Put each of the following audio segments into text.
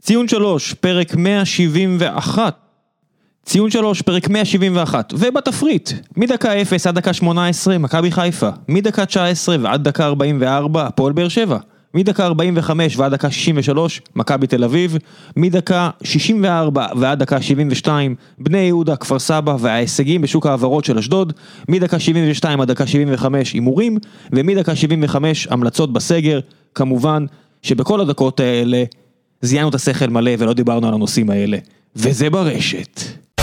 ציון 3, פרק 171. ציון 3, פרק 171, ובתפריט, מדקה 0 עד דקה 18, מכבי חיפה, מדקה 19 ועד דקה 44, הפועל באר שבע, מדקה 45 ועד דקה 63, מכבי תל אביב, מדקה 64 ועד דקה 72, בני יהודה, כפר סבא וההישגים בשוק העברות של אשדוד, מדקה 72 עד דקה 75 אימורים, ומדקה 75 המלצות בסגר. כמובן שבכל הדקות האלה זיינו את השכל מלא ולא דיברנו על הנושאים האלה, וזה ברשת.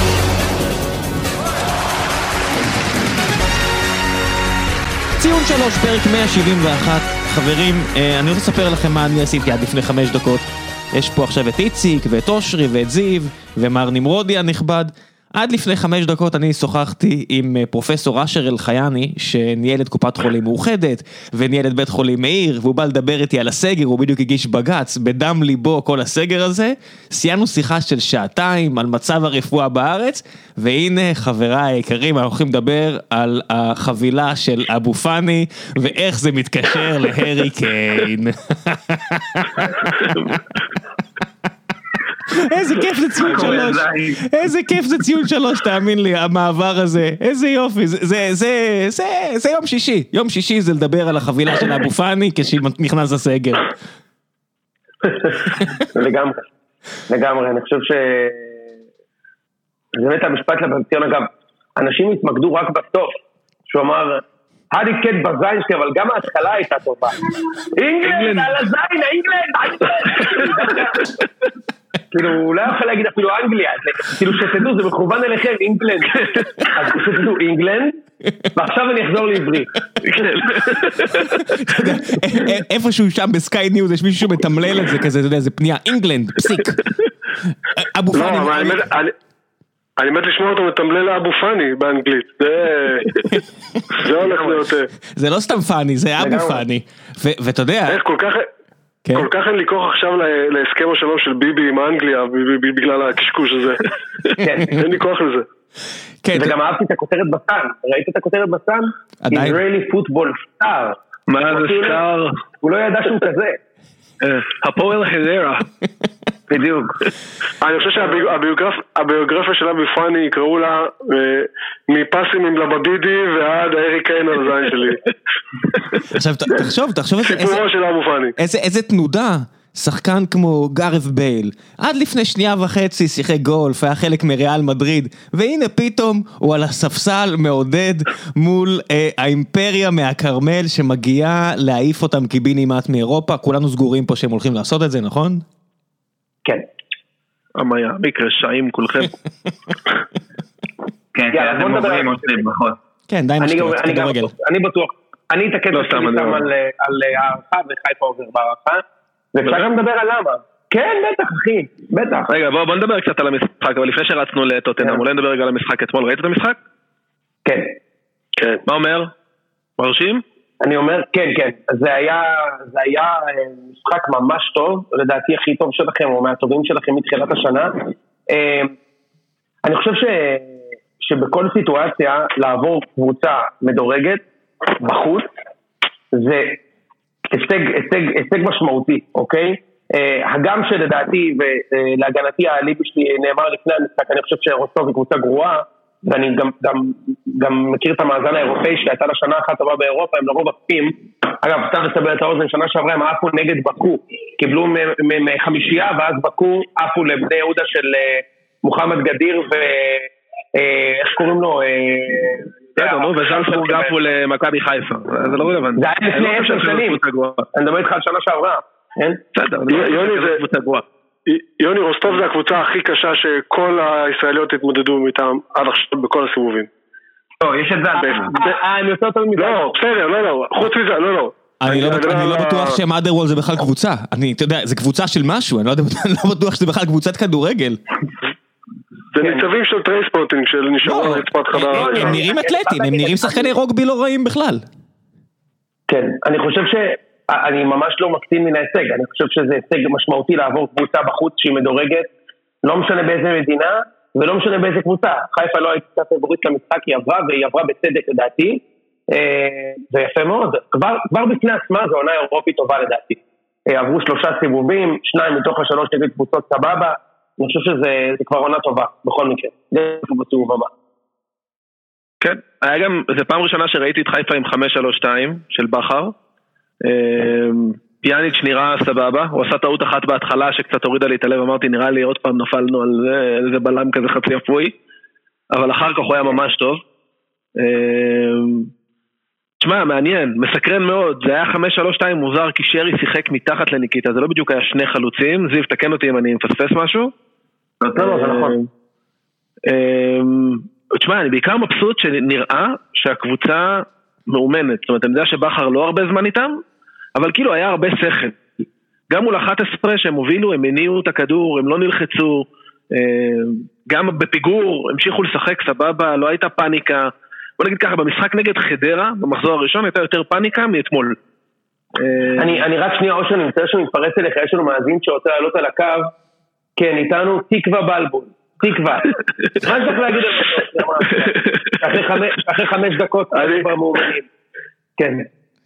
ציון 3, פרק 171. חברים, אני רוצה לספר לכם מה אני עשיתי עד לפני 5 דקות. יש פה עכשיו את איציק ואת אושרי ואת זיו ומר נמרודי הנכבד. עד לפני 5 דקות אני שוחחתי עם פרופסור אשר אלחייני, שניהל את קופת חולים מאוחדת, וניהל את בית חולים מאיר, והוא בא לדבר איתי על הסגר, הוא בדיוק הגיש בגץ, בדם ליבו כל הסגר הזה. סיימנו שיחה של 2 שעות על מצב הרפואה בארץ, והנה חבריי היקרים, אנחנו הולכים לדבר על החבילה של אבו פאני, ואיך זה מתקשר להרי קיין. איזה כיף זה ציון 3, איזה כיף זה ציון 3, תאמין לי, המעבר הזה, איזה יופי, זה יום שישי, יום שישי זה לדבר על החבילה של אבו פאני כשנכנס לסגר. לגמרי, אני חושב זה באמת המשפט לבנציון, אגב, אנשים התמקדו רק בסוף, שהוא אמר, הדי קט בזין שלי, אבל גם ההתחלה הייתה טובה. אינגלנד, על הזין, אינגלנד. כאילו, הוא לא יכול להגיד אפילו אנגליה, כאילו שתדעו, זה מכוון אליכם, אינגלנד. אז שתדעו, אינגלנד, ועכשיו אני אחזור לעברית. איפשהו שם בסקאי ניוז, יש מישהו שמתמלל את זה כזה, אתה יודע, זה פנייה, אינגלנד, פסיק. אבו פאני. אני מת לשמוע אותו מתמלל לאבו פאני באנגלית, זה הולך להיות. זה לא סתם פאני, זה אבו פאני. ואתה יודע... כל כך אין לי כוח עכשיו להסכם השלום של ביבי עם אנגליה בגלל הקשקוש הזה. אין לי כוח לזה. וגם אהבתי את הכותרת בסן. ראית את הכותרת בסן? Israeli football star. מה זה סטאר? הוא לא ידע שהוא כזה. הפועל חדרה. בדיוק. אני חושב שהביוגרפיה של אבו פאני יקראו לה מפסים עם לבבידי ועד הארי קיין על הזין שלי. עכשיו תחשוב סיפורו של אבו פאני. איזה תנודה שחקן כמו גארת' בייל עד לפני 2.5 שנים שיחק גולף, היה חלק מריאל מדריד, והנה פתאום הוא על הספסל מעודד מול האימפריה מהקרמל שמגיעה להעיף אותם קיבינימט מאירופה. כולנו סגורים פה שהם הולכים לעשות את זה, נכון? כן. המיה, מקרה שעים כולכם. כן, אתם עוברים עוד ברכות. כן, די משתות, כדורגל. אני בטוח, אני אתעקד שאני שם על הערכה וחיפה עובר בערכה, ואפשר גם לדבר על למה. כן, בטח אחי, בטח. רגע, בוא נדבר קצת על המשחק, אבל לפני שרצנו לטוטנהאם, אולי נדבר רגע על המשחק אתמול. ראית את המשחק? כן. כן. מה אומר? מרשים? אני אומר, כן, זה היה משחק ממש טוב, לדעתי הכי טוב שלכם, או מהטובים שלכם מתחילת השנה. אני חושב שבכל סיטואציה, לעבור קבוצה מדורגת, בחוץ, זה הישג משמעותי, אוקיי? הגם שלדעתי, ולהגנתי האליבי שלי נאמר לפני המשחק, אני חושב שרוסטוב היא קבוצה גרועה, ואני גם מכיר את המאזן האירופאי שהייתה לשנה אחת טובה באירופה, הם לרוב עפים. אגב, סתם לסבר את האוזן, שנה שעברה הם עפו נגד בקו, קיבלו מחמישייה, ואז בקו עפו לבני יהודה של מוחמד גדיר, ואיך קוראים לו? וזלצבורג עפו למכבי חיפה, זה לא רלוונטי. זה היה לפני 10 שנים, אני מדבר איתך על שנה שעברה. יוני, רוסטוב זה הקבוצה הכי קשה שכל הישראליות התמודדו איתם עד עכשיו בכל הסיבובים. לא, יש את זה. הם יותר טוב מזה. לא, בסדר, לא, חוץ מזה, לא. אני לא בטוח שמאדרוול זה בכלל קבוצה. אתה יודע, זה קבוצה של משהו, אני לא בטוח שזה בכלל קבוצת כדורגל. זה ניצבים של טרייספורטינג של נשארו על רצפת חדר. הם נראים אתלטים, הם נראים שחקני רוגבי לא רעים בכלל. כן, אני חושב אני ממש לא מקטין מן ההישג, אני חושב שזה הישג משמעותי לעבור קבוצה בחוץ שהיא מדורגת, לא משנה באיזה מדינה, ולא משנה באיזה קבוצה. חיפה לא הייתה פייבוריט למשחק, והיא עברה בצדק לדעתי, ויפה מאוד, כבר בפני עצמה זו עונה אירופית טובה לדעתי. עברו 3 סיבובים, 2 מתוך 3 נגד קבוצות סבבה, אני חושב שזה כבר עונה טובה, בכל מקרה, זה בסיבוב הבא. כן, היה גם, זה פעם ראשונה שראיתי את חיפה עם 5-3-2 של בכר, פיאניץ' נראה סבבה, הוא עשה טעות אחת בהתחלה שקצת הורידה לי את הלב, אמרתי נראה לי עוד פעם נפלנו על זה בלם כזה חצי אפוי, אבל אחר כך הוא היה ממש טוב. תשמע, מעניין, מסקרן מאוד, זה היה 5-3-2 מוזר כי שרי שיחק מתחת לניקיטה, זה לא בדיוק היה 2 חלוצים, זיו תקן אותי אם אני מפספס משהו. לא, זה נכון. תשמע, אני בעיקר מבסוט שנראה שהקבוצה מאומנת, זאת אומרת, אני יודע שבחר לא הרבה זמן איתם, אבל כאילו היה הרבה שכל. גם מול 11 שהם הובילו, הם הניעו את הכדור, הם לא נלחצו, גם בפיגור, המשיכו לשחק סבבה, לא הייתה פאניקה. בוא נגיד ככה, במשחק נגד חדרה, במחזור הראשון, הייתה יותר פאניקה מאתמול. אני רק שנייה, או שאני מצטער שמתפרץ אליך, יש לנו מאזין שרוצה לעלות על הקו, כן, איתנו תקווה בלבול, תקווה. מה שצריך להגיד על זה? אחרי 5 דקות, אני במאומנים. כן.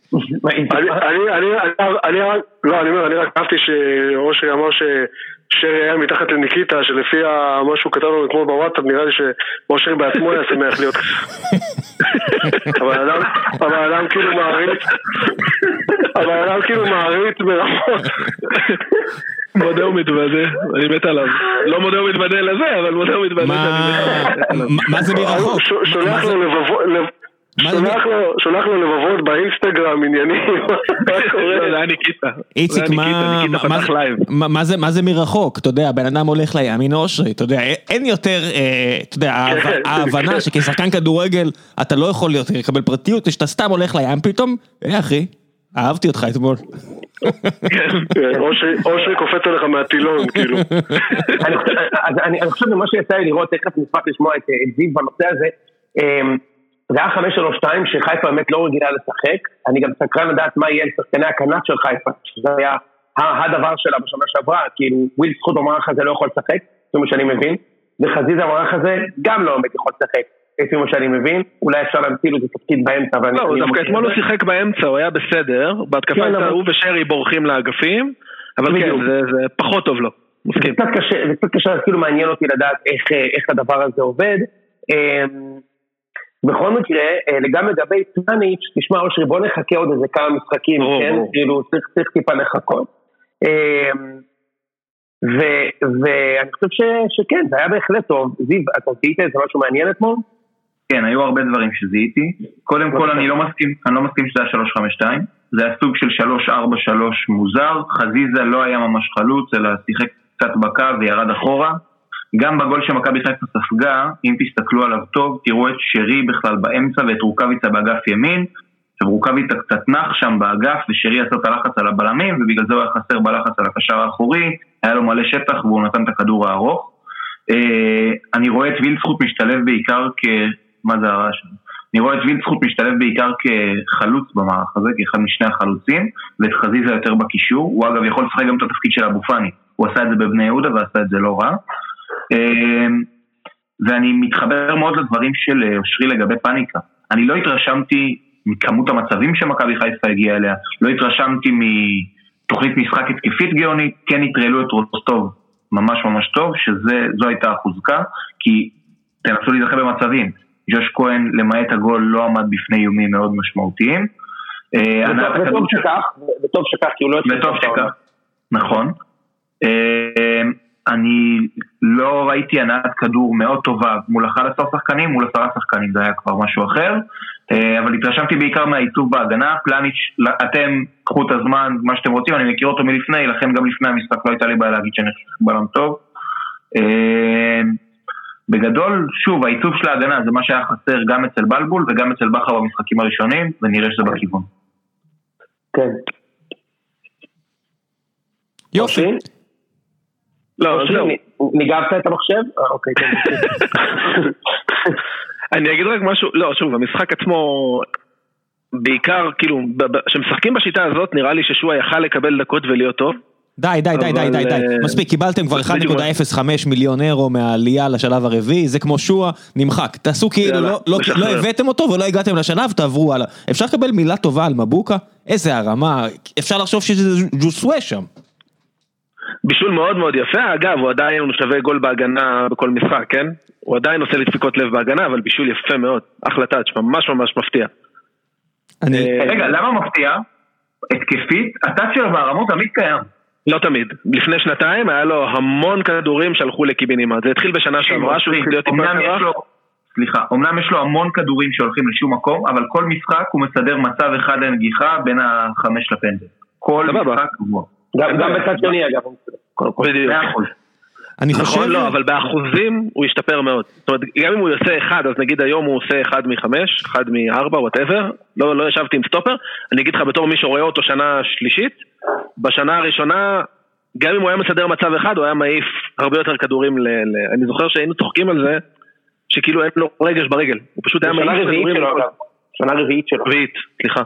אני רק אהבתי שאושרי אמר ששרי היה מתחת לניקיטה, שלפי מה שהוא כתב לנו אתמול בוואטסאפ, נראה לי שאושרי בעצמו היה שמח להיות אבל האדם כאילו מעריץ ברמות. מודה ומתוודה, אני מת עליו. לא מודה ומתוודה לזה, אבל מודה ומתוודה. מה זה מרחוק? שולח לו לבבות באינסטגרם עניינים. זה היה ניקיטה. איציק, מה זה מרחוק? אתה יודע, בן אדם הולך לים, הנה אושרי, אתה יודע, אין יותר, אתה יודע, ההבנה שכשחקן כדורגל אתה לא יכול לקבל פרטיות, שאתה סתם הולך לים, פתאום, אחי, אהבתי אותך אתמול. אושרי קופץ עליך מהטילון, כאילו. אני חושב במה שיצא לי לראות, תכף נשמח לשמוע את זיו בנושא הזה, זה היה 5-3-2 שחיפה באמת לא רגילה לשחק, אני גם סקרן לדעת מה יהיה לשחקני הכנף של חיפה, שזה היה הדבר שלה בשנה שעברה, כאילו וויל זכות במערך הזה לא יכול לשחק, לפי מה שאני מבין, וחזיזה במערך הזה גם לא עומד יכול לשחק, לפי מה שאני מבין, אולי אפשר להמציא לו איזה תפקיד באמצע. לא, דווקא אתמול הוא שיחק באמצע, הוא היה בסדר, בהתקפה הוא ושרי בורחים לאגפים, אבל כן, זה פחות טוב לו, מסכים. זה קצת קשה, כאילו מעניין אותי לדעת איך הדבר הזה עובד. בכל מקרה, גם לגבי פלניץ', תשמע אושרי, בוא נחכה עוד איזה כמה משחקים, כן? כאילו צריך טיפה לחכות. ואני חושב שכן, זה היה בהחלט טוב. זיו, אתה זיהית איזה משהו מעניין אתמול? כן, היו הרבה דברים שזיהיתי. קודם כל אני לא מסכים שזה היה 3-5-2, זה היה סוג של 3-4-3 מוזר, חזיזה לא היה ממש חלוץ, אלא שיחק קצת בקו וירד אחורה. גם בגול שמכבי חיפה ספגה, אם תסתכלו עליו טוב, תראו את שרי בכלל באמצע ואת רוקאביצה באגף ימין, עכשיו רוקאביצה קצת נח שם באגף, ושרי עשה את הלחץ על הבלמים, ובגלל זה הוא היה חסר בלחץ על הקשר האחורי, היה לו מלא שטח והוא נתן את הכדור הארוך. אני רואה את וילצחוט משתלב בעיקר מה זה הרעש? אני רואה את וילצחוט משתלב בעיקר כחלוץ במערך הזה, כאחד משני החלוצים, ואת חזיזה יותר בקישור, הוא אגב יכול לשחק גם את התפקיד של אבו פאני, הוא עשה את זה בבני יהודה ועשה את זה לא רע. ואני מתחבר מאוד לדברים של אושרי לגבי פאניקה. אני לא התרשמתי מכמות המצבים שמכבי חיפה הגיעה אליה, לא התרשמתי מתוכנית משחק התקפית גאונית, כן התרעלו את רוסטוב ממש ממש טוב, שזו הייתה החוזקה, כי תנסו להיזכר במצבים. ג'וש כהן למעט הגול לא עמד בפני איומים מאוד משמעותיים. וטוב שכך, כי הוא לא וטוב שכך, נכון. אני לא ראיתי הנעת כדור מאוד טובה מול 11 שחקנים, מול 10 שחקנים, זה היה כבר משהו אחר, אבל התרשמתי בעיקר מהעיצוב בהגנה. פלניץ', אתם קחו את הזמן, מה שאתם רוצים, אני מכיר אותו מלפני, לכן גם לפני המשחק לא הייתה לי בעיה להגיד שאני חושב בלם טוב. בגדול, שוב, העיצוב של ההגנה זה מה שהיה חסר גם אצל בלבול וגם אצל בכר במשחקים הראשונים, ונראה שזה בכיוון. כן. יופי. לא, זהו. ניגבת את המחשב? אוקיי. אני אגיד רק משהו, לא, שוב, המשחק עצמו, בעיקר, כאילו, כשמשחקים בשיטה הזאת, נראה לי ששועה יכל לקבל דקות ולהיות טוב, די, מספיק, קיבלתם כבר 1.05 מיליון אירו מהעלייה לשלב הרביעי, זה כמו שואה, נמחק, תעשו כאילו, לא הבאתם אותו ולא הגעתם לשלב, תעברו הלאה. אפשר לקבל מילה טובה על מבוקה? איזה הרמה, אפשר לחשוב שזה ג'וסווה שם. בישול מאוד מאוד יפה, אגב, הוא עדיין שווה גול בהגנה בכל משחק, כן? הוא עדיין עושה לדפיקות לב בהגנה, אבל בישול יפה מאוד, החלטה, ממש ממש מפתיע. רגע, למה מפתיע? התקפית, הטאץ' שלו ברמות תמיד קיים. לא תמיד. לפני שנתיים היה לו המון כדורים שהלכו לקיבינימה. זה התחיל בשנה שעברה שהוא התחיל להיות טיפה קרח. סליחה, אמנם יש לו המון כדורים שהולכים לשום מקום, אבל כל משחק הוא מסדר מצב אחד לנגיחה בין 5 לפנדל. כל משחק גבוה. גם בצד שני אגב. בדיוק. אני חושב... נכון, לא, אבל באחוזים הוא ישתפר מאוד. זאת אומרת, גם אם הוא יעשה 1, אז נגיד היום הוא עושה 1 מ-5, 1 מ-4, whatever. לא ישבתי עם סטופר. אני אגיד לך בתור מי שרואה אותו שנה שלישית, בשנה הראשונה, גם אם הוא היה מסדר מצב אחד, הוא היה מעיף הרבה יותר כדורים אני זוכר שהיינו צוחקים על זה, שכאילו אין לו רגש ברגל. הוא פשוט היה מעיף כדורים... שנה רביעית שלו. סליחה.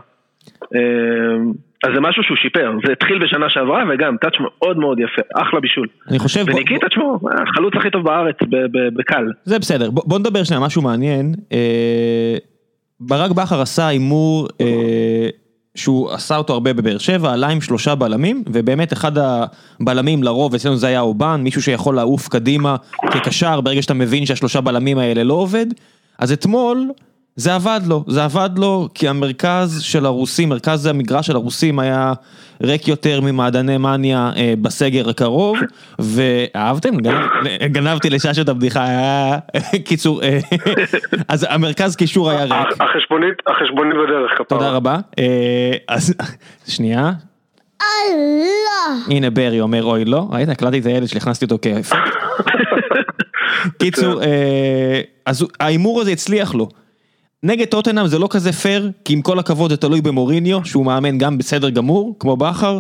אז זה משהו שהוא שיפר, זה התחיל בשנה שעברה וגם טאץ' מאוד מאוד יפה, אחלה בישול. אני חושב... וניקיטה תשמעו, החלוץ הכי טוב בארץ בקל. זה בסדר, בוא נדבר שנייה, משהו מעניין. ברק בכר עשה אימור שהוא עשה אותו הרבה בבאר שבע, עלה עם 3 בלמים, ובאמת אחד הבלמים לרוב, אצלנו זה היה אובן, מישהו שיכול לעוף קדימה כקשר, ברגע שאתה מבין שה3 בלמים האלה לא עובד, אז אתמול... זה עבד לו, כי המרכז של הרוסים, מרכז המגרש של הרוסים היה ריק יותר ממעדני מניה בסגר הקרוב, ואהבתם? גנבתי לששת הבדיחה, קיצור, אז המרכז קישור היה ריק. החשבונית בדרך. תודה רבה. אז, שנייה. הנה ברי אומר אוי לא, ראית, הקלטתי את הילד שהכנסתי אותו כאפקט. קיצור, אז האימור הזה הצליח לו. נגד טוטנהאם זה לא כזה פייר, כי עם כל הכבוד זה תלוי במוריניו, שהוא מאמן גם בסדר גמור, כמו בכר,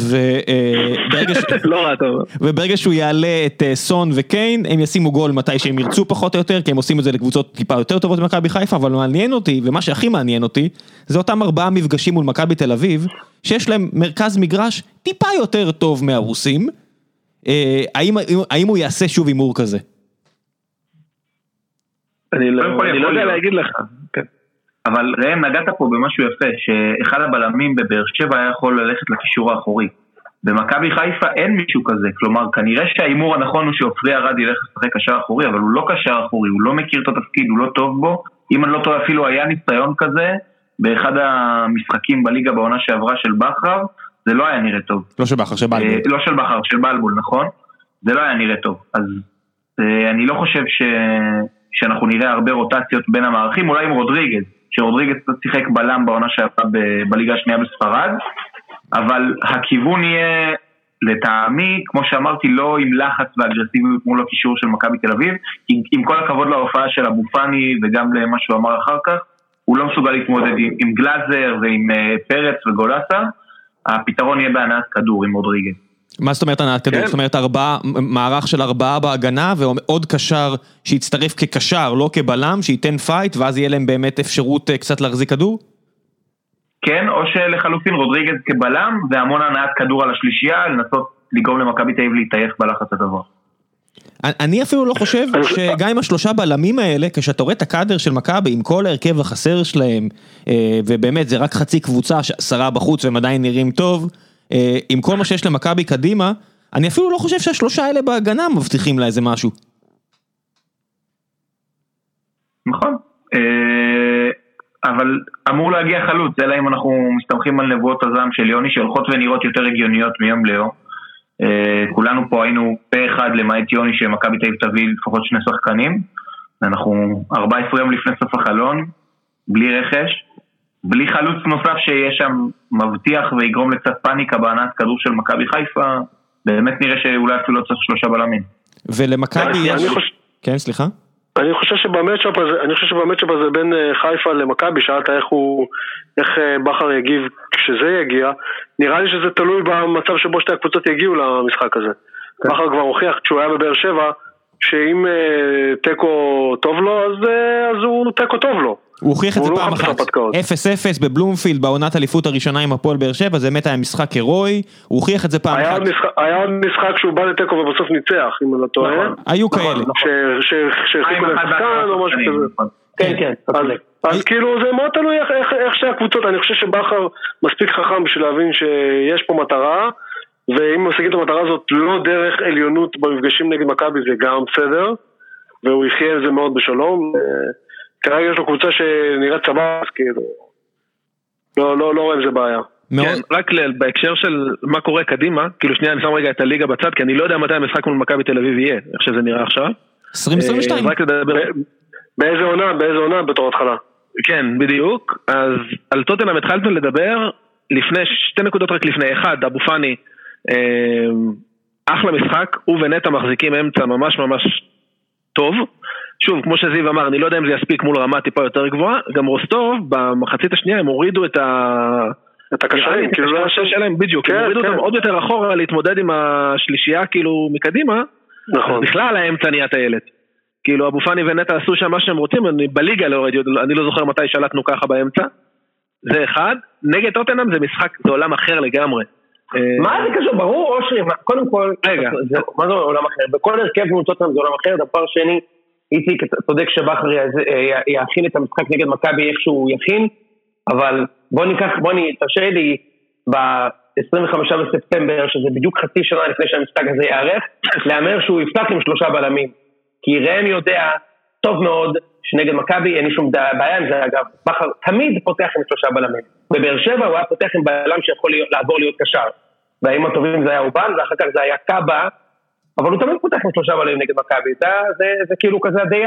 וברגע שהוא יעלה את סון וקיין, הם ישימו גול מתי שהם ירצו פחות או יותר, כי הם עושים את זה לקבוצות טיפה יותר טובות ממכבי חיפה, אבל מעניין אותי, ומה שהכי מעניין אותי, זה אותם 4 מפגשים מול מכבי תל אביב, שיש להם מרכז מגרש טיפה יותר טוב מהרוסים, האם הוא יעשה שוב אימור כזה? אני לא יודע להגיד לך. אבל ראם, נגעת פה במשהו יפה, שאחד הבלמים בבאר שבע היה יכול ללכת לקישור האחורי. במכבי חיפה אין מישהו כזה, כלומר, כנראה שהאימור הנכון הוא שאופרי ארד ילך לשחק קשר אחורי, אבל הוא לא קשר אחורי, הוא לא מכיר את התפקיד, הוא לא טוב בו. אם אני לא טוב, אפילו היה ניסיון כזה, באחד המשחקים בליגה בעונה שעברה של בכר, זה לא היה נראה טוב. לא של בכר, של בלבול. לא של בכר, של בלבול, נכון? זה לא היה נראה טוב. אז אני לא חושב שאנחנו נראה הרבה רוטציות בין המערכים, אולי עם רודריגז, שרודריגז שיחק בלם בעונה שעברה בליגה השנייה בספרד, אבל הכיוון יהיה לטעמי, כמו שאמרתי, לא עם לחץ ואגרסיביות מול הקישור של מכבי תל אביב, עם כל הכבוד להופעה של אבו פאני וגם למה שהוא אמר אחר כך, הוא לא מסוגל להתמודד עם גלאזר ועם פרץ וגולסה, הפתרון יהיה בהנעת כדור עם רודריגז. מה זאת אומרת הנעת כדור? זאת אומרת מערך של 4 בהגנה ועוד קשר שיצטרף כקשר, לא כבלם, שייתן פייט ואז יהיה להם באמת אפשרות קצת להחזיק כדור? כן, או שלחלופין רודריגז כבלם והמון הנעת כדור על השלישייה, לנסות לגרום למכבי תל אביב להתעייף בלחץ הגבוה. אני אפילו לא חושב שגם עם 3 בלמים האלה, כשאתה רואה את הקאדר של מכבי עם כל ההרכב החסר שלהם, ובאמת זה רק חצי קבוצה, 10 בחוץ והם עדיין נראים טוב, עם כל מה שיש למכבי קדימה, אני אפילו לא חושב שה3 האלה בהגנה מבטיחים לה איזה משהו. נכון, אבל אמור להגיע חלוץ, אלא אם אנחנו מסתמכים על נבואות הזעם של יוני, שהולכות ונראות יותר הגיוניות מיום ליום. כולנו פה היינו פה אחד למעט יוני שמכבי תל אביב תביא לפחות 2 שחקנים, אנחנו 14 יום לפני סוף החלון, בלי רכש, בלי חלוץ נוסף שיהיה שם מבטיח ויגרום לקצת פאניקה בהנעת כדור של מכבי חיפה, באמת נראה שאולי אפילו לא צריך 3 בלמים. ולמכבי יש... כן, סליחה? אני חושב שבמצ'אפ הזה בין חיפה למכבי, שאלת איך בכר יגיב כשזה יגיע, נראה לי שזה תלוי במצב שבו 2 הקבוצות יגיעו למשחק הזה. בכר כבר הוכיח כשהוא היה בבאר שבע, שאם טקו טוב לו, אז הוא טקו טוב לו. הוא הוכיח את זה פעם אחת, 0-0 בבלומפילד בעונת אליפות הראשונה עם הפועל באר שבע, זה באמת היה משחק הירואי, הוא הוכיח את זה פעם אחת. היה עוד משחק שהוא בא לטקו ובסוף ניצח, אם אני לא טועה. היו כאלה. שהרחיקו לשחקן או משהו כזה. כן, כן. אז כאילו זה מאוד תלוי איך שהקבוצות, אני חושב שבחר מספיק חכם בשביל להבין שיש פה מטרה, ואם הוא עושה את המטרה הזאת לא דרך עליונות במפגשים נגד מכבי זה גם בסדר, והוא יחיה על זה מאוד בשלום. כרגע יש לו קבוצה שנראית סבבה, אז כאילו לא רואה אם זה בעיה. כן, רק בהקשר של מה קורה קדימה, כאילו שנייה אני שם רגע את הליגה בצד, כי אני לא יודע מתי המשחק מול מכבי תל אביב יהיה, איך שזה נראה עכשיו. 2022. רק לדבר... באיזה עונה בתור התחלה? כן, בדיוק. אז על טוטנהאם התחלנו לדבר לפני, 2 נקודות רק לפני, 1, אבו פאני, אחלה משחק, הוא ונטע מחזיקים אמצע ממש ממש טוב. שוב, כמו שזיו אמר, אני לא יודע אם זה יספיק מול רמה טיפה יותר גבוהה, גם רוסטוב, במחצית השנייה הם הורידו את הקשרים, כאילו לא השש שלהם, בדיוק, הם הורידו אותם עוד יותר אחורה להתמודד עם השלישייה כאילו מקדימה, נכון. בכלל האמצע נהיה טיילת. כאילו אבו פאני ונטע עשו שם מה שהם רוצים, בליגה לא ראיתי, אני לא זוכר מתי שלטנו ככה באמצע, זה אחד, נגד טוטנהאם זה משחק, זה עולם אחר לגמרי. מה זה קשור? ברור, אושרי, קודם כל, מה זה עולם אחר? בכל הרכב מול טוטנהאם זה עולם אחר, דבר שני, איציק צודק שבחר יכין את המשחק נגד מכבי איך שהוא יכין, אבל תרשה לי ב-25 בספטמבר, שזה בדיוק חצי שנה לפני שהמשחק הזה יערך, לאמר שהוא יפתח עם 3 בלמים, כי ראם יודע טוב מאוד שנגד מכבי אין לי שום בעיה עם זה, אגב, בחר תמיד פותח עם 3 בלמים, בבאר שבע הוא היה פותח עם בלם שיכול לעבור להיות קשר, והאם הטובים זה היה אובן, ואחר כך זה היה קאבה, אבל הוא תמיד פותח עם 3 בלמים נגד מכבי, זה כאילו כזה די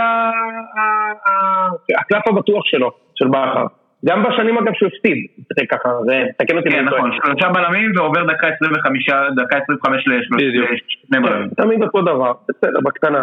הקלף הבטוח שלו, של בחר. גם בשנים אגב שהוא הפסיד, זה ככה, זה תקן אותי. כן, נכון, 3 בלמים ועובר דקה 25 ל-2 בלמים. תמיד אותו דבר, בסדר, בקטנה.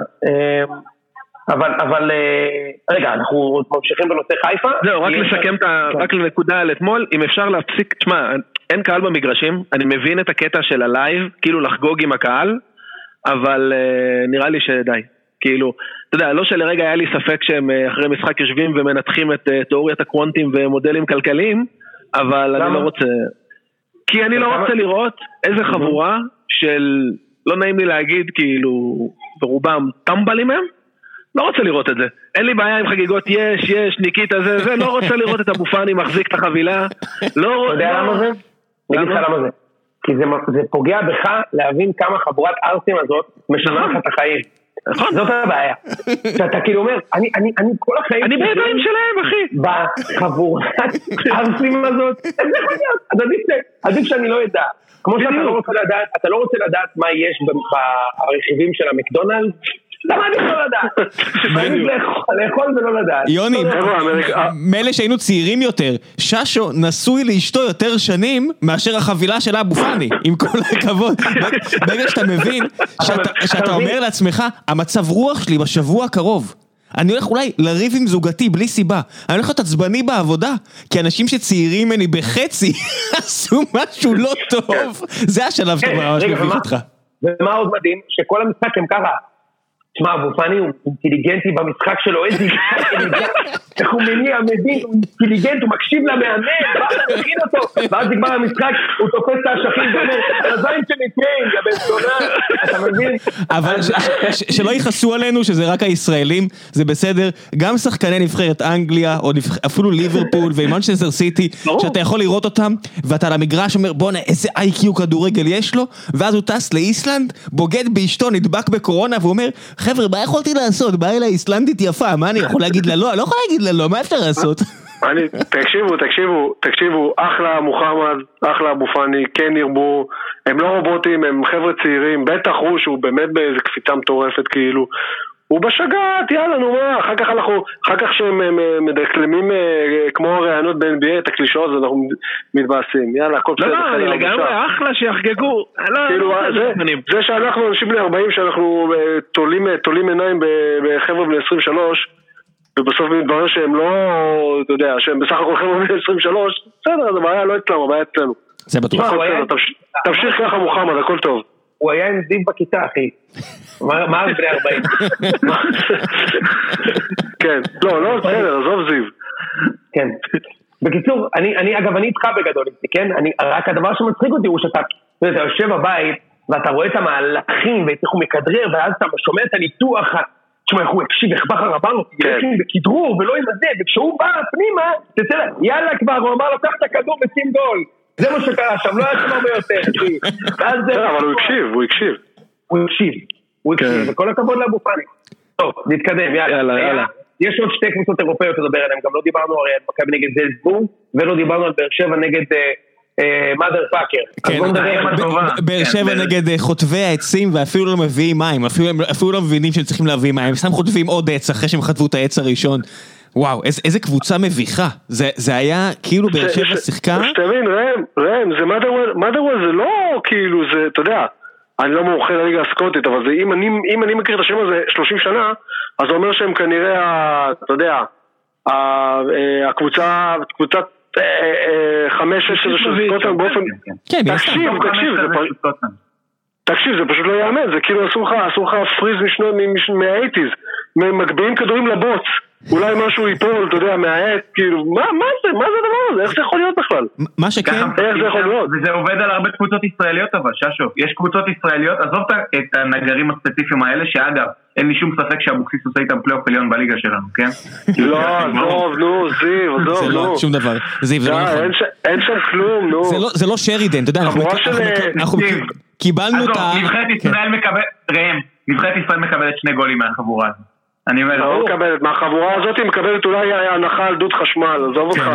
אבל רגע, אנחנו ממשיכים בנושא חיפה. זהו, רק לסכם רק לנקודה על אתמול, אם אפשר להפסיק, תשמע, אין קהל במגרשים, אני מבין את הקטע של הלייב, כאילו לחגוג עם הקהל, אבל נראה לי שדי. כאילו, אתה יודע, לא שלרגע היה לי ספק שהם אחרי משחק יושבים ומנתחים את תיאוריית הקוונטים ומודלים כלכליים, אבל אני לא רוצה, כי אני לא רוצה לראות איזה חבורה של, לא נעים לי להגיד, כאילו, ברובם טמבלים הם, לא רוצה לראות את זה. אין לי בעיה עם חגיגות יש, ניקיטה זה, לא רוצה לראות את אבו פאני מחזיק את החבילה. אתה יודע למה זה? אני אגיד לך למה זה. כי זה פוגע בך להבין כמה חבורת ארסים הזאת משנה לך את החיים. זאת הבעיה. שאתה כאילו אומר, אני כל החיים... אני בידיים שלהם, אחי. בחבורת ארסים הזאת, זה יכול להיות. עדיף שאני לא ידע. כמו שאתה לא רוצה לדעת מה יש ברכיבים של המקדונלד, למה אני לא לדעת? לאכול ולא לדעת. יוני, מאלה שהיינו צעירים יותר, ששו נשוי לאשתו יותר שנים מאשר החבילה של אבו פאני, עם כל הכבוד. ברגע שאתה מבין, שאתה אומר לעצמך, המצב רוח שלי בשבוע הקרוב, אני הולך אולי לריב עם זוגתי בלי סיבה, אני הולך להיות עצבני בעבודה, כי אנשים שצעירים ממני בחצי עשו משהו לא טוב. זה השלב שאתה ממש מביך אותך. ומה עוד מדהים? שכל המשחק הם ככה, תשמע, אבו פאני הוא אינטליגנטי במשחק שלו, איך הוא מניע, מבין, הוא אינטליגנט, הוא מקשיב למאמן, מכין אותו, ואז נגמר המשחק, הוא תופס את האשכים ואומר, הזין שנתראים, יא בן זונה, אתה מבין? אבל שלא ייחסו עלינו שזה רק הישראלים, זה בסדר, גם שחקני נבחרת אנגליה, או אפילו ליברפול ומנצ'סטר סיטי, שאתה יכול לראות אותם, ואתה על המגרש אומר, בוא'נה, איזה איי-קיו כדורגל יש לו, ואז הוא טס לאיסלנד, בוגד באשתו, נדבק בקורונה, והוא אומר, חבר'ה, מה יכולתי לעשות? באה אליי איסלנדית יפה, מה אני יכול להגיד לה לא? אני לא יכול להגיד לה לא, מה אפשר לעשות? תקשיבו, אחלה מוחמד, אחלה אבו פאני, כן ירבו, הם לא רובוטים, הם חבר'ה צעירים, בטח הוא שהוא באמת באיזה קפיצה מטורפת כאילו, הוא בשגעת, יאללה נו מה, אחר כך שהם מדקלמים כמו הרעיונות ב-NBA, את הקלישות, אנחנו מתבאסים, יאללה, הכל בסדר. לא, אני לגמרי אחלה שיחגגו. זה שאנחנו אנשים בני 40, שאנחנו תולים עיניים בחבר'ה בני 23, ובסוף מתברר שהם לא, אתה יודע, שהם בסך הכל חבר'ה בני 23, בסדר, זה בעיה לא אצלנו, הבעיה אצלנו. זה בטוח. תמשיך ככה מוחמד, הכל טוב. הוא היה עם זיו בכיתה, אחי. מה על בני 40? כן, לא, בסדר, עזוב זיו. כן. בקיצור, אגב, אני איתך בגדול, כן? רק הדבר שמצחיק אותי הוא שאתה יושב בבית, ואתה רואה את המהלכים, ואיך הוא מכדרר, ואז אתה שומע את הניתוח, תשמע, איך הוא הקשיב, איך בכר אמר לו, בכדרור, ולא עם הזה, וכשהוא בא פנימה, תצא, יאללה כבר, הוא אמר לו, קח את הכדור ושים גול. זה מה שקרה שם, לא היה שם הרבה יותר, אחי. אבל הוא הקשיב. הוא הקשיב, וכל הכבוד לאבו פאני. טוב, נתקדם, יאללה. יש עוד שתי קבוצות אירופאיות לדבר עליהן, גם לא דיברנו הרי על מכבי נגד זלצבורג, ולא דיברנו על באר שבע נגד מאדר פאקר. באר שבע נגד חוטבי העצים, ואפילו לא מביאים מים, אפילו לא מבינים שהם צריכים להביא מים, סתם חוטבים עוד עץ אחרי שהם חטבו את העץ הראשון. וואו, איזה קבוצה מביכה. זה היה כאילו באר שבע שיחקה. שתבין, ראם, זה מאדר זה לא כאילו, זה, אתה יודע, אני לא מומחה לליגה הסקוטית, אבל אם אני מכיר את השם הזה 30 שנה, אז זה אומר שהם כנראה, אתה יודע, הקבוצת 5-6 של סקוטלנד באופן... תקשיב, זה פשוט לא יאמן, זה כאילו עשו לך פריז מה-80s, מגביעים כדורים לבוץ, אולי משהו ייפול, אתה יודע, מהעט, כאילו, מה זה הדבר הזה? איך זה יכול להיות בכלל? מה שכן... איך זה יכול להיות? וזה עובד על הרבה קבוצות ישראליות אבל, ששו, יש קבוצות ישראליות, עזוב את הנגרים הספציפיים האלה, שאגב, אין לי שום ספק שהבוקסיס עושה איתם פלייאוף עליון בליגה שלנו, כן? לא, עזוב, נו, זיו, זה לא שום דבר, זיו, זה לא נכון. אין שם כלום, נו. זה לא שרידן, אתה יודע, אנחנו קיבלנו את ה... נבחרת ישראל מקבלת 2 גולים מהחבורה הזאת. אני אומר, לא מקבלת, מהחבורה הזאת היא מקבלת אולי הנחה על דוד חשמל, עזוב אותך.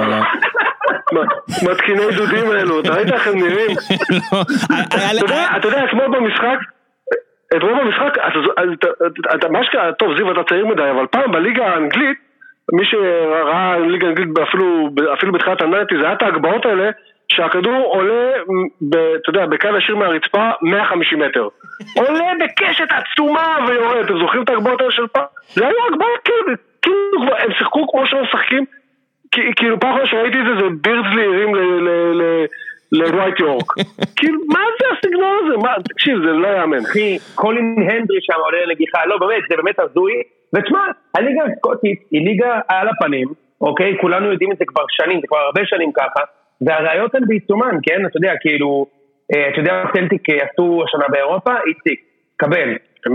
מתקיני דודים האלו, אתה ראית איך הם נראים? אתה יודע, אתמול במשחק, טוב זיו אתה צעיר מדי, אבל פעם בליגה האנגלית, מי שראה ליגה האנגלית אפילו בתחילת הנאטי, זה היה את ההגבהות האלה, שהכדור עולה, אתה יודע, בקל השיר מהרצפה 150 מטר. עולה בקשת עצומה ויורד. אתם זוכרים את ההגבהות האלה של פעם? זה היו הגבהות כאילו, הם שיחקו כמו שהם משחקים, כאילו פעם אחת שראיתי את זה בירדסלי הרים לווייט יורק. כאילו, מה זה הסגנון הזה? תקשיב, זה לא יאמן. אחי, קולין הנדרי שם עולה לנגיחה, לא באמת, זה באמת הזוי. ותשמע, הליגה הסקוטית היא ליגה על הפנים, אוקיי? כולנו יודעים את זה כבר שנים, זה כבר הרבה שנים ככה. והראיות הן בעיצומן, כן? אתה יודע, כאילו, אתה יודע, סלטיק עשו השנה באירופה, איציק, קבל.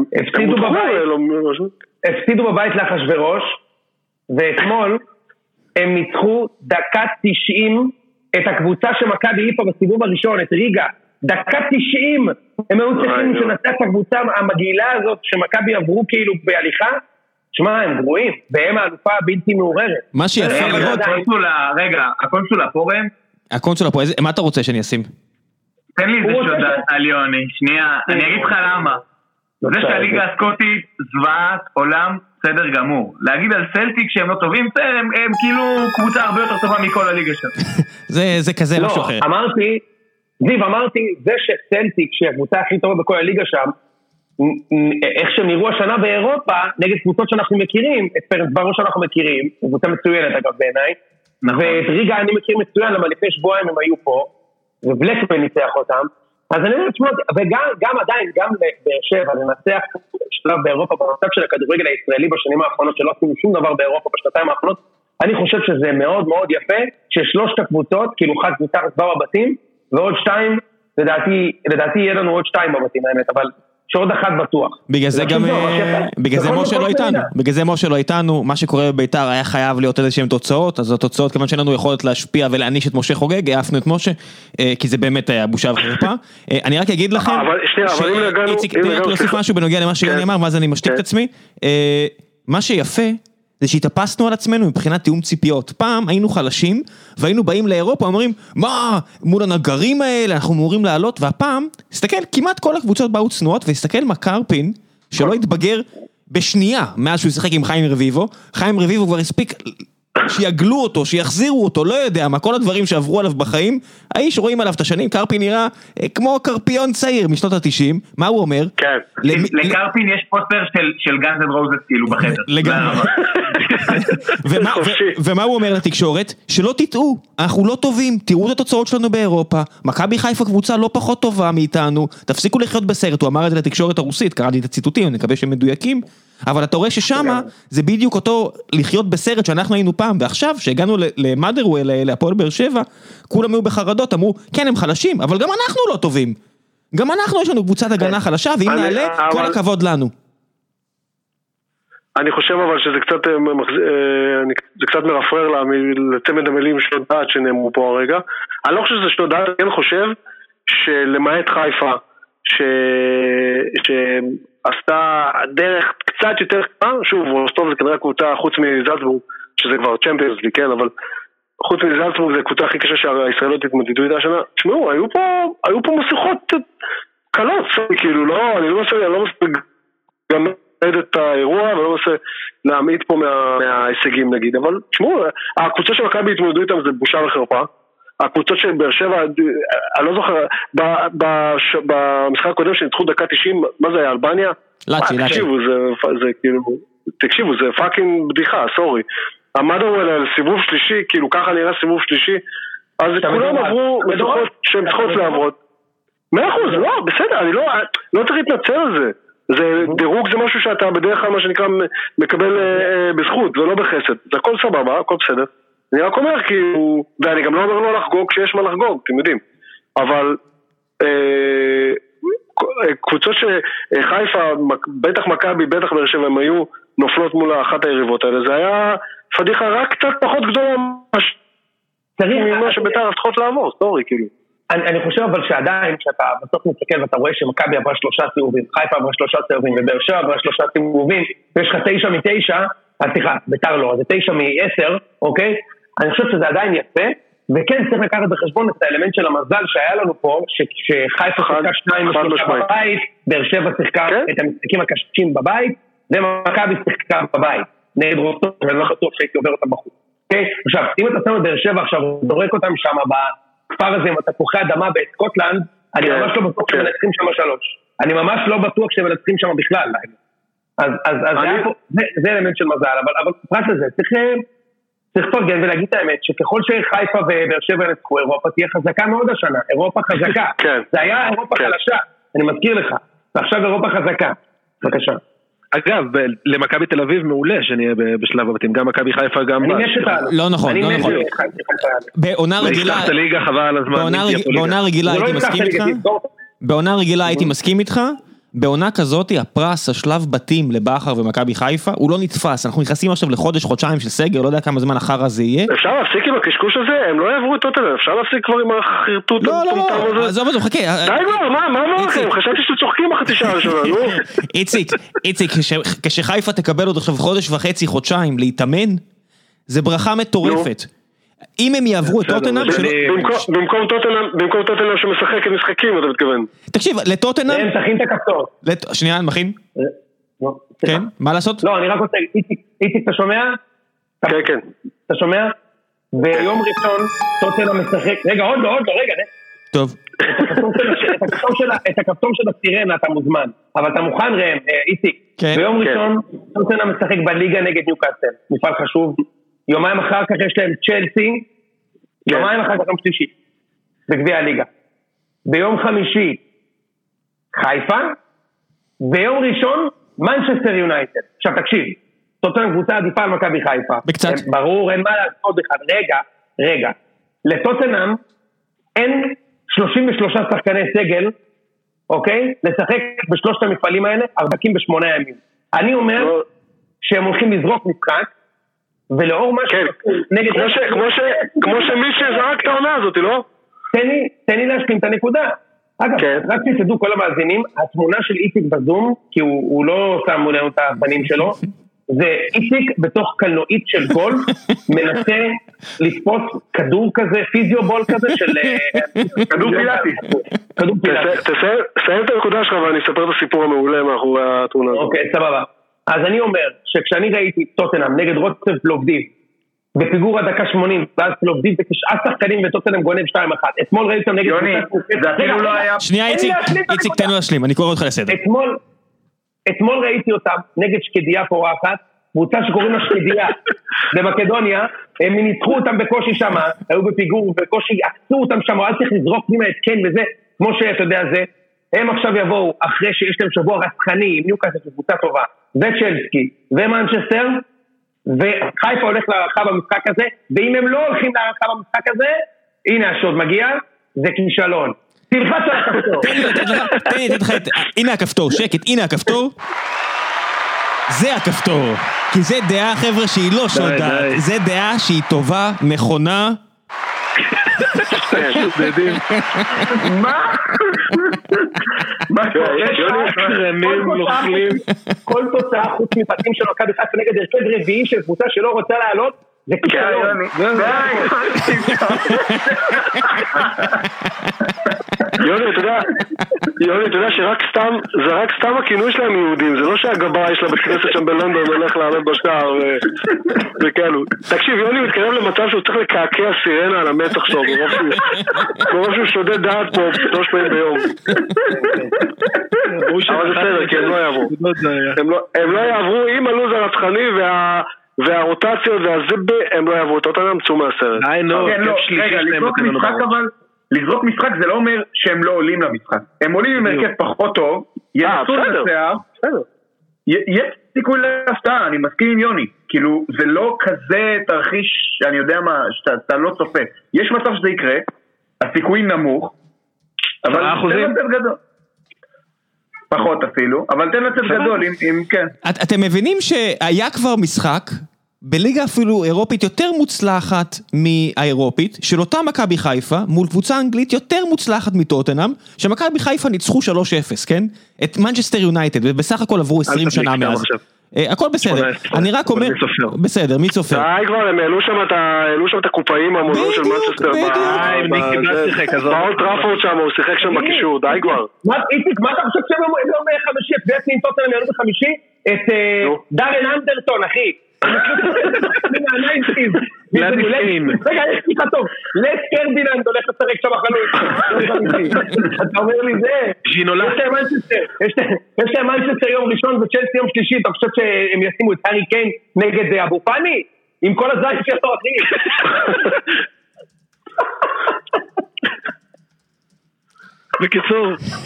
הפסידו בבית לאחשוורוש, ואתמול הם ניצחו דקה 90 את הקבוצה שמכבי העיפה בסיבוב הראשון, את ריגה. דקה 90, הם היו צריכים שנצח את הקבוצה המגעילה הזאת שמכבי עברו כאילו בהליכה. שמע, הם גרועים, והם האלופה הבלתי מעוררת. מה שיפה לראות... רגע, הקונסולה פה רם? הקונסולה פה, מה אתה רוצה שאני אשים? תן לי איזה שודד על יוני, שנייה, אני אגיד לך למה. זה שהליגה הסקוטית זוועת עולם, בסדר גמור. להגיד על סלטיק שהם לא טובים, הם כאילו קבוצה הרבה יותר טובה מכל הליגה שלנו. זה כזה משהו אחר. אמרתי, זה שסלטיק, שהיא הקבוצה הכי טובה בכל הליגה שם, איך שהם נראו השנה באירופה, נגד קבוצות שאנחנו מכירים, את פרנס ברוש שאנחנו מכירים, קבוצה מצוינת אגב בעיניי, ואת ריגה אני מכיר מצוין, למה לפני שבועיים הם היו פה, ובלקמן ניצח אותם, אז אני אומר, וגם עדיין, גם באר שבע, לנצח שלב באירופה, במצב של הכדורגל הישראלי בשנים האחרונות, שלא עשינו שום דבר באירופה בשנתיים האחרונות, אני חושב שזה מאוד מאוד יפה, ששלושת הקבוצות, כאילו חד קבוצה כבר בבתים, ועוד 2, לדעתי יהיה לנו עוד 2 בבתים האמת, אבל שעוד אחד בטוח. בגלל זה משה לא איתנו, מה שקורה בביתר היה חייב להיות איזה שהן תוצאות, אז התוצאות כיוון שאין לנו יכולת להשפיע ולהעניש את משה חוגג, העפנו את משה, כי זה באמת היה בושה וחרפה. אני רק אגיד לכם, איציק, להוסיף משהו בנוגע למה שיוני אמר, ואז אני משתיק את עצמי, מה שיפה, זה שהתאפסנו על עצמנו מבחינת תיאום ציפיות. פעם היינו חלשים, והיינו באים לאירופה, אומרים, מה, מול הנגרים האלה, אנחנו אמורים לעלות, והפעם, הסתכל, כמעט כל הקבוצות באו צנועות, והסתכל מקרפין, שלא התבגר בשנייה, מאז שהוא ישחק עם חיים רביבו, חיים רביבו כבר הספיק שיגלו אותו, שיחזירו אותו, לא יודע מה, כל הדברים שעברו עליו בחיים, האיש רואים עליו את השנים, קרפי נראה כמו קרפיון צעיר משנות ה-90, מה הוא אומר? כן. לקרפין יש פוסטר של גאנז אנד רוזס כאילו בחדר. לגמרי. ומה הוא אומר לתקשורת? שלא תטעו, אנחנו לא טובים, תראו את התוצאות שלנו באירופה, מכבי חיפה קבוצה לא פחות טובה מאיתנו, תפסיקו לחיות בסרט, הוא אמר את זה לתקשורת הרוסית, קראתי את הציטוטים, אני מקווה שהם מדויקים, אבל אתה רואה ששמה זה בדיוק אותו לחיות בסרט שאנחנו היינו פעם, ועכשיו שהגענו למאדרוול, להפועל באר שבע, כולם היו בחרדות, אמרו, כן הם חלשים, אבל גם אנחנו לא טובים, גם אנחנו יש לנו קבוצת הגנה חלשה, ואם נעלה, כל הכבוד לנו. אני חושב אבל שזה קצת, זה קצת מרפרר לצמד המילים שנות דעת שנאמרו פה הרגע. אני לא חושב שזה שנות דעת, אני חושב שלמעט חיפה, שעשתה דרך קצת יותר קטנה, שוב, רוסטוב זה כנראה קבוצה חוץ מזלצבורג, שזה כבר צ'מפיונס ליג, כן, אבל חוץ מזלצבורג זה קבוצה הכי קשה שהישראלות התמודדו איתה השנה. תשמעו, היו פה משיכות קלות, כאילו, לא, אני לא מספיק גם את האירוע, ולא מנסה להעמיד פה מההישגים נגיד, אבל תשמעו, הקבוצה של מכבי התמודדו איתם זה בושה וחרפה, הקבוצות של באר שבע, אני לא זוכר, במשחק הקודם שניצחו דקה 90, מה זה היה, אלבניה? תקשיבו, זה פאקינג בדיחה, סורי. עמדנו על סיבוב שלישי, כאילו ככה נראה סיבוב שלישי, אז כולם עברו מדורות שהן צריכות לעבוד. 100%, לא, בסדר, אני לא צריך להתנצל על זה. זה דירוג, זה משהו שאתה בדרך כלל מה שנקרא מקבל בזכות ולא בחסד, זה הכל סבבה, הכל בסדר. אני רק אומר כאילו, ואני גם לא אומר לא לחגוג כשיש מה לחגוג, אתם יודעים, אבל קבוצות שחיפה, בטח מכבי, בטח באר שבע, הם היו נופלות מול אחת היריבות האלה, זה היה פדיחה רק קצת פחות גדולה ממה שביתר צריכות לעבור, סטורי כאילו. אני חושב אבל שעדיין, כשאתה בסוף מסתכל ואתה רואה שמכבי עברה 3 סיבובים, חיפה עברה 3 סיבובים, ובאר שבע עברה 3 סיבובים, ויש לך 9 מ-9, סליחה, ביתר לא, זה 9 מ-10, אוקיי? אני חושב שזה עדיין יפה, וכן צריך לקחת בחשבון את האלמנט של המזל שהיה לנו פה, שחיפה שיחקה 2 ו3 בבית, באר שבע שיחקה את המשחקים הקשים בבית, ומכבי שיחקה בבית. נגד רוסטוב, אני לא בטוח שהייתי עובר אותם בחוץ. אוקיי? עכשיו, אם אתה שם את באר שבע עכשיו, דורק אותם שם בכפר הזה, עם התפוחי אדמה בסקוטלנד, אני ממש לא בטוח שמנצחים שם 3. אני ממש לא בטוח שמנצחים שם בכלל. אז זה אלמנט של מזל, אבל פרט לזה, צריך לפרגן ולהגיד את האמת, שככל שחיפה ובאר שבע ינצחו, אירופה תהיה חזקה מאוד השנה, אירופה חזקה. זה היה אירופה חלשה, אני מזכיר לך, ועכשיו אירופה חזקה. בבקשה. אגב, למכבי תל אביב מעולה שנהיה בשלב הבתים, גם מכבי חיפה גם... לא נכון, לא נכון. בעונה רגילה הייתי מסכים איתך, בעונה רגילה הייתי מסכים איתך, בעונה כזאת, הפרס, השלב בתים לבחר ומכבי חיפה, הוא לא נתפס, אנחנו נכנסים עכשיו לחודש, חודשיים של סגר, לא יודע כמה זמן אחר הזה יהיה. אפשר להפסיק עם הקשקוש הזה? הם לא יעברו את אותה, אפשר להפסיק כבר עם החרטוט. לא, עזוב, חכה. די כבר, מה אמרתם? חשבתי שצוחקים אחת שעה ראשונה, נו. איציק, כשחיפה תקבל עוד עכשיו חודש וחצי, חודשיים להתאמן, זה ברכה מטורפת. אם הם יעברו את טוטנהאם במקום טוטנהאם שמשחק את משחקים, אתה מתכוון. תקשיב, לטוטנהאם הם תכין את הכפתור. שנייה, מכין? כן, מה לעשות? לא, אני רק רוצה, איציק, אתה שומע? כן. אתה שומע? ביום ראשון טוטנהאם משחק, רגע, עוד לא, רגע. טוב. את הכפתור של הסירנה אתה מוזמן, אבל אתה מוכן ראם, איציק. ביום ראשון טוטנהאם משחק בליגה נגד ניוקאסל, מפעל חשוב. יומיים אחר כך יש להם צ'לסי, יומיים אחר כך יום שלישי, בגביע הליגה. ביום חמישי, חיפה, ביום ראשון, מנצ'סטר יונייטד. עכשיו תקשיב, טוטנהאם קבוצה עדיפה על מכבי חיפה. בקצת. ברור, אין מה לעשות אחד. רגע. לטוטנהאם אין 33 שחקני סגל, אוקיי? לשחק בשלושת המפעלים האלה, 48 ימים. אני אומר שהם הולכים לזרוק משחק, ולאור מה נגד... כמו שמי שזרק את העונה הזאת, לא? תן לי להשלים את הנקודה. אגב, רק שתדעו כל המאזינים, התמונה של איציק בזום, כי הוא לא שם מולנו את הבנים שלו, זה איציק בתוך קלנועית של גול, מנסה לתפוס כדור כזה, פיזיובול כזה של... כדור פילאטי. תסיים את הנקודה שלך ואני אספר את הסיפור המעולה מאחורי התמונה הזאת. אוקיי, סבבה. אז אני אומר, שכשאני ראיתי טוטנהאם נגד רוטסב פלובדיב, בפיגור הדקה 80, ואז עובדים ב9 שחקנים וטוטנהאם גונב 2-1. אתמול ראיתם נגד... יוני, זה אפילו לא היה... שנייה, איציק, תן לו להשלים, אני קורא אותך לסדר. אתמול ראיתי אותם נגד שקדיה פורחת, קבוצה שקוראים לה שקדיה במקדוניה, הם ניצחו אותם בקושי שם, היו בפיגור בקושי, עקצו אותם שם, אל צריך לזרוק פנימה את קן וזה, כמו שאתה יודע זה, הם עכשיו יבואו אחרי שיש להם שבוע רצחני, עם ניוקאסל קבוצה טובה, וצ'לסקי ומנצ'סטר, וחיפה הולך להערכה במשחק הזה, ואם הם לא הולכים להערכה במשחק הזה, הנה השוד מגיע, זה כישלון. תלחץ על הכפתור. הנה הכפתור, שקט, הנה הכפתור. זה הכפתור. כי זה דעה, חבר'ה, שהיא לא שודה. זה דעה שהיא טובה, נכונה. מה? כל תוצאה חוץ מפתים של מכבי חיפה נגד הרכב רביעי של קבוצה שלא רוצה לעלות, זה כישלון. יוני, אתה יודע שרק סתם, זה רק סתם הכינוי שלהם יהודים, זה לא שהגברה יש לה בית כנסת שם בלונדון הולך לעלות בשער וכאלו. תקשיב, יוני מתקרב למצב שהוא צריך לקעקע סירנה על המתח שלו, ברוב שהוא שודד דעת פה 3 פעמים ביום. אבל זה בסדר, כי הם לא יעברו. הם לא יעברו עם הלוז הרצחני והרוטציות והזיבה, הם לא יעברו. אתה נמצאו מהסרט. רגע, לזרוק משחק זה לא אומר שהם לא עולים למשחק. הם עולים עם הרכב פחות טוב, ינסו לנצח, יש סיכוי להפתעה, אני מסכים עם יוני. כאילו, זה לא כזה תרחיש שאני יודע מה, שאתה לא צופה. יש מצב שזה יקרה, הסיכוי נמוך, אבל תן לצאת גדול. פחות אפילו, אבל תן לצאת גדול, אם כן. אתם מבינים שהיה כבר משחק, בליגה אפילו אירופית יותר מוצלחת מהאירופית, של אותה מכבי חיפה, מול קבוצה אנגלית יותר מוצלחת מטוטנהאם, שמכבי חיפה ניצחו 3-0, כן? את מנצ'סטר יונייטד, ובסך הכל עברו 20 שנה מאז. הכל בסדר, אני רק אומר, בסדר, מי צופר? די כבר, הם העלו שם את הקופאים המונו של מנצ'סטר, באולט טראפורד שם, הוא שיחק שם בקישור, די כבר. איציק, מה אתה חושב שהם לא חמישי, את ויאטנין טוטנהאם יעלו בחמישי? את דארן אנדרטון, אחי. רגע, יש שיחה טוב, לס קרדיננד הולך לשחק שם החלוץ. אתה אומר לי זה, יש להם מנצ'סטר יום ראשון וצ'לסי יום שלישי, אתה חושב שהם ישימו את הארי קיין נגד אבו פאני? עם כל הזין שלו, אחי. בקיצור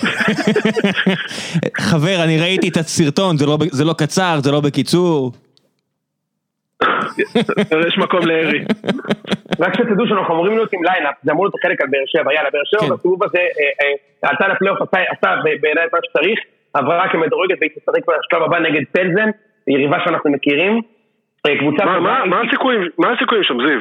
חבר, אני ראיתי את הסרטון, זה לא קצר, זה לא בקיצור. יש מקום לארי. רק שתדעו שאנחנו אמורים להיות עם ליינאפ, זה אמור להיות חלק על באר שבע, יאללה, באר שבע בסיבוב הזה עלתה לפלייאוף, עשה בעיניי מה שצריך, עברה כמדורגת והיא תשחק בשלב הבא נגד פלזן, יריבה שאנחנו מכירים. מה הסיכויים שם, זיו?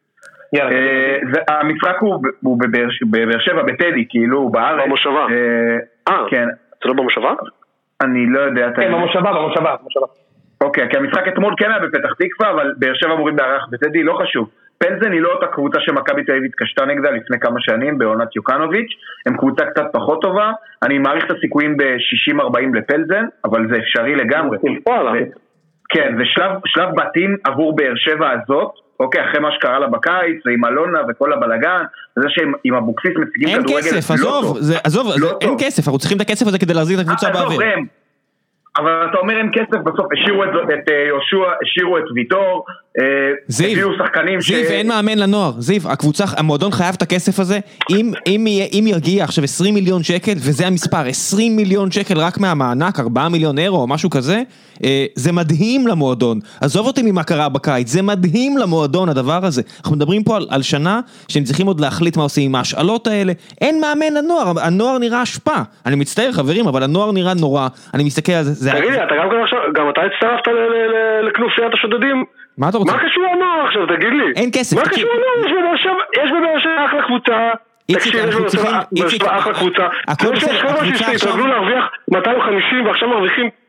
המשחק הוא בבאר שבע, בטדי, כאילו בארץ. במושבה. כן. זה לא במושבה? אני לא יודע. כן, במושבה. אוקיי, כי המשחק אתמול כן היה בפתח תקווה, אבל באר שבע אמורים לארח בטדי, לא חשוב. פלזן היא לא אותה קבוצה שמכבי תל אביב התקשתה נגדה לפני כמה שנים בעונת יוקנוביץ', הם קבוצה קצת פחות טובה, אני מעריך את הסיכויים ב-60-40 לפלזן, אבל זה אפשרי לגמרי. כן, זה שלב בתים עבור באר שבע הזאת, אוקיי, אחרי מה שקרה לה בקיץ, ועם אלונה וכל הבלגן, זה שעם אבוקסיס מציגים כדורגל אין כסף, עזוב, אין כסף, אנחנו צריכים את הכסף הזה כדי להחזיק את הקבוצה באוויר. אבל אתה אומר אין כסף, בסוף השאירו את יהושע, השאירו את ויטור, הביאו שחקנים זיו, אין מאמן לנוער, זיו, הקבוצה, המועדון חייב את הכסף הזה, אם ירגיע עכשיו 20 מיליון שקל, וזה המספר, 20 מיליון שקל רק מהמענק, 4 מיליון אירו או משהו כזה, זה מדהים למועדון, עזוב אותי ממה קרה בקיץ, זה מדהים למועדון הדבר הזה, אנחנו מדברים פה על שנה, שהם צריכים עוד להחליט מה עושים עם ההשאלות האלה, אין מאמן לנוער, הנוער נראה השפעה, אני מצטער חברים, אבל הנוער נראה נורא, אני מסתכל על זה. תגיד לי, אתה גם אתה הצטרפת לכנופיית השודדים? מה אתה רוצה? מה קשור הנוער עכשיו, תגיד לי? אין כסף. מה קשור הנוער? יש בבאר שבע אחלה קבוצה. תקשיב, יש בבאר שבע אחלה קבוצה. יש חבר'ה שהתרגלו להרוויח 250 ועכשיו מרוויחים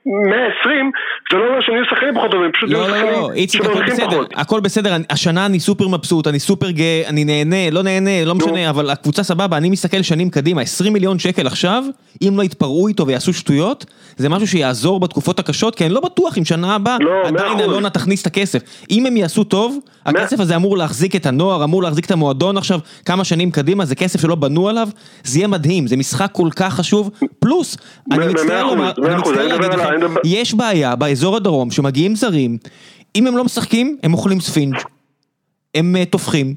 120, זה לא אומר שאני שחקנים פחות טובים, פשוט לא, איציק, הכל בסדר, הכל בסדר, השנה אני סופר מבסוט, אני סופר גאה, אני נהנה, לא נהנה, לא משנה, אבל הקבוצה סבבה, אני מסתכל שנים קדימה, 20 מיליון שקל עכשיו, אם לא יתפרעו איתו ויעשו שטויות, זה משהו שיעזור בתקופות הקשות, כי אני לא בטוח אם שנה הבאה, עדיין אלונה תכניס את הכסף. אם הם יעשו טוב, הכסף הזה אמור להחזיק את הנוער, אמור להחזיק את המועדון עכשיו כמה שנים קדימה, זה כסף שלא בנו עליו, זה יהיה מדהים, זה משחק כל כך חשוב, פלוס, אני מצטער להגיד לכם, יש בעיה באזור הדרום שמגיעים זרים, אם הם לא משחקים, הם אוכלים ספינג', הם תופחים,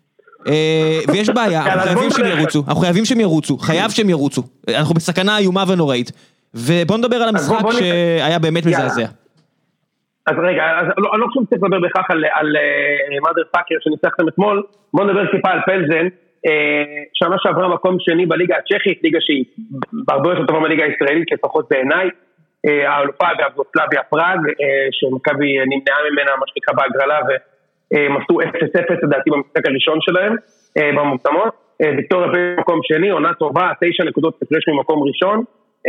ויש בעיה, אנחנו חייבים שהם ירוצו, חייב שהם ירוצו, אנחנו בסכנה איומה ונוראית, ובוא נדבר על המשחק שהיה באמת מזעזע. אז רגע, אני לא חושב שצריך לדבר בכך על מאדר פאקר שניצחתם אתמול, בוא נדבר טיפה על פלזן, שנה שעברה מקום שני בליגה הצ'כית, ליגה שהיא הרבה יותר טובה מהליגה הישראלית, לפחות בעיניי, האלופה באבוסלביה פראג, שמכבי נמנעה ממנה מה שנקרא בהגרלה, והם עשו 0-0 לדעתי במשחק הראשון שלהם, במוקדמות, ויקטוריה במקום שני, עונה טובה, 9 נקודות הפרש ממקום ראשון,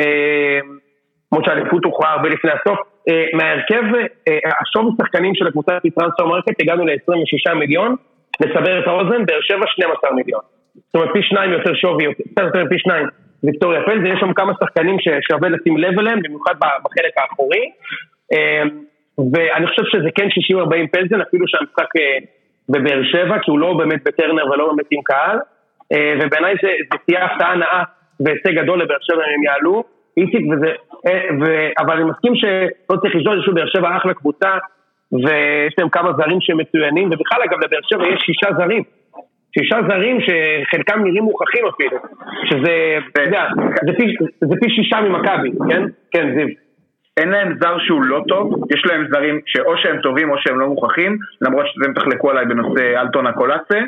כמו שהאליפות הוכרעה הרבה לפני הסוף, מההרכב, השווי שחקנים של הקבוצה טרנספר מרקט, הגענו ל-26 מיליון, לסבר את האוזן, באר שבע 12 מיליון. זאת אומרת, פי 2 יותר שווי, יותר פי 2 ויקטוריה פלזן, יש שם כמה שחקנים ששווה לשים לב אליהם, במיוחד בחלק האחורי, ואני חושב שזה כן 60-40 פלזן, אפילו שהמשחק בבאר שבע, כי הוא לא באמת בטרנר ולא באמת עם קהל, ובעיניי זה תהיה הפתעה נאה והישג גדול לבאר שבע אם הם יעלו, איציק, אבל אני מסכים שלא צריך לשדול, יש באר שבע אחלה קבוצה, ויש להם כמה זרים שהם מצוינים, ובכלל אגב לבאר שבע יש 6 זרים שחלקם נראים מוכחים אפילו, שזה, אתה יודע, זה פי 6 ממכבי, כן? כן, זיו. אין להם זר שהוא לא טוב, יש להם זרים שאו שהם טובים או שהם לא מוכחים, למרות שאתם תחלקו עליי בנושא אלטון הקולאצה.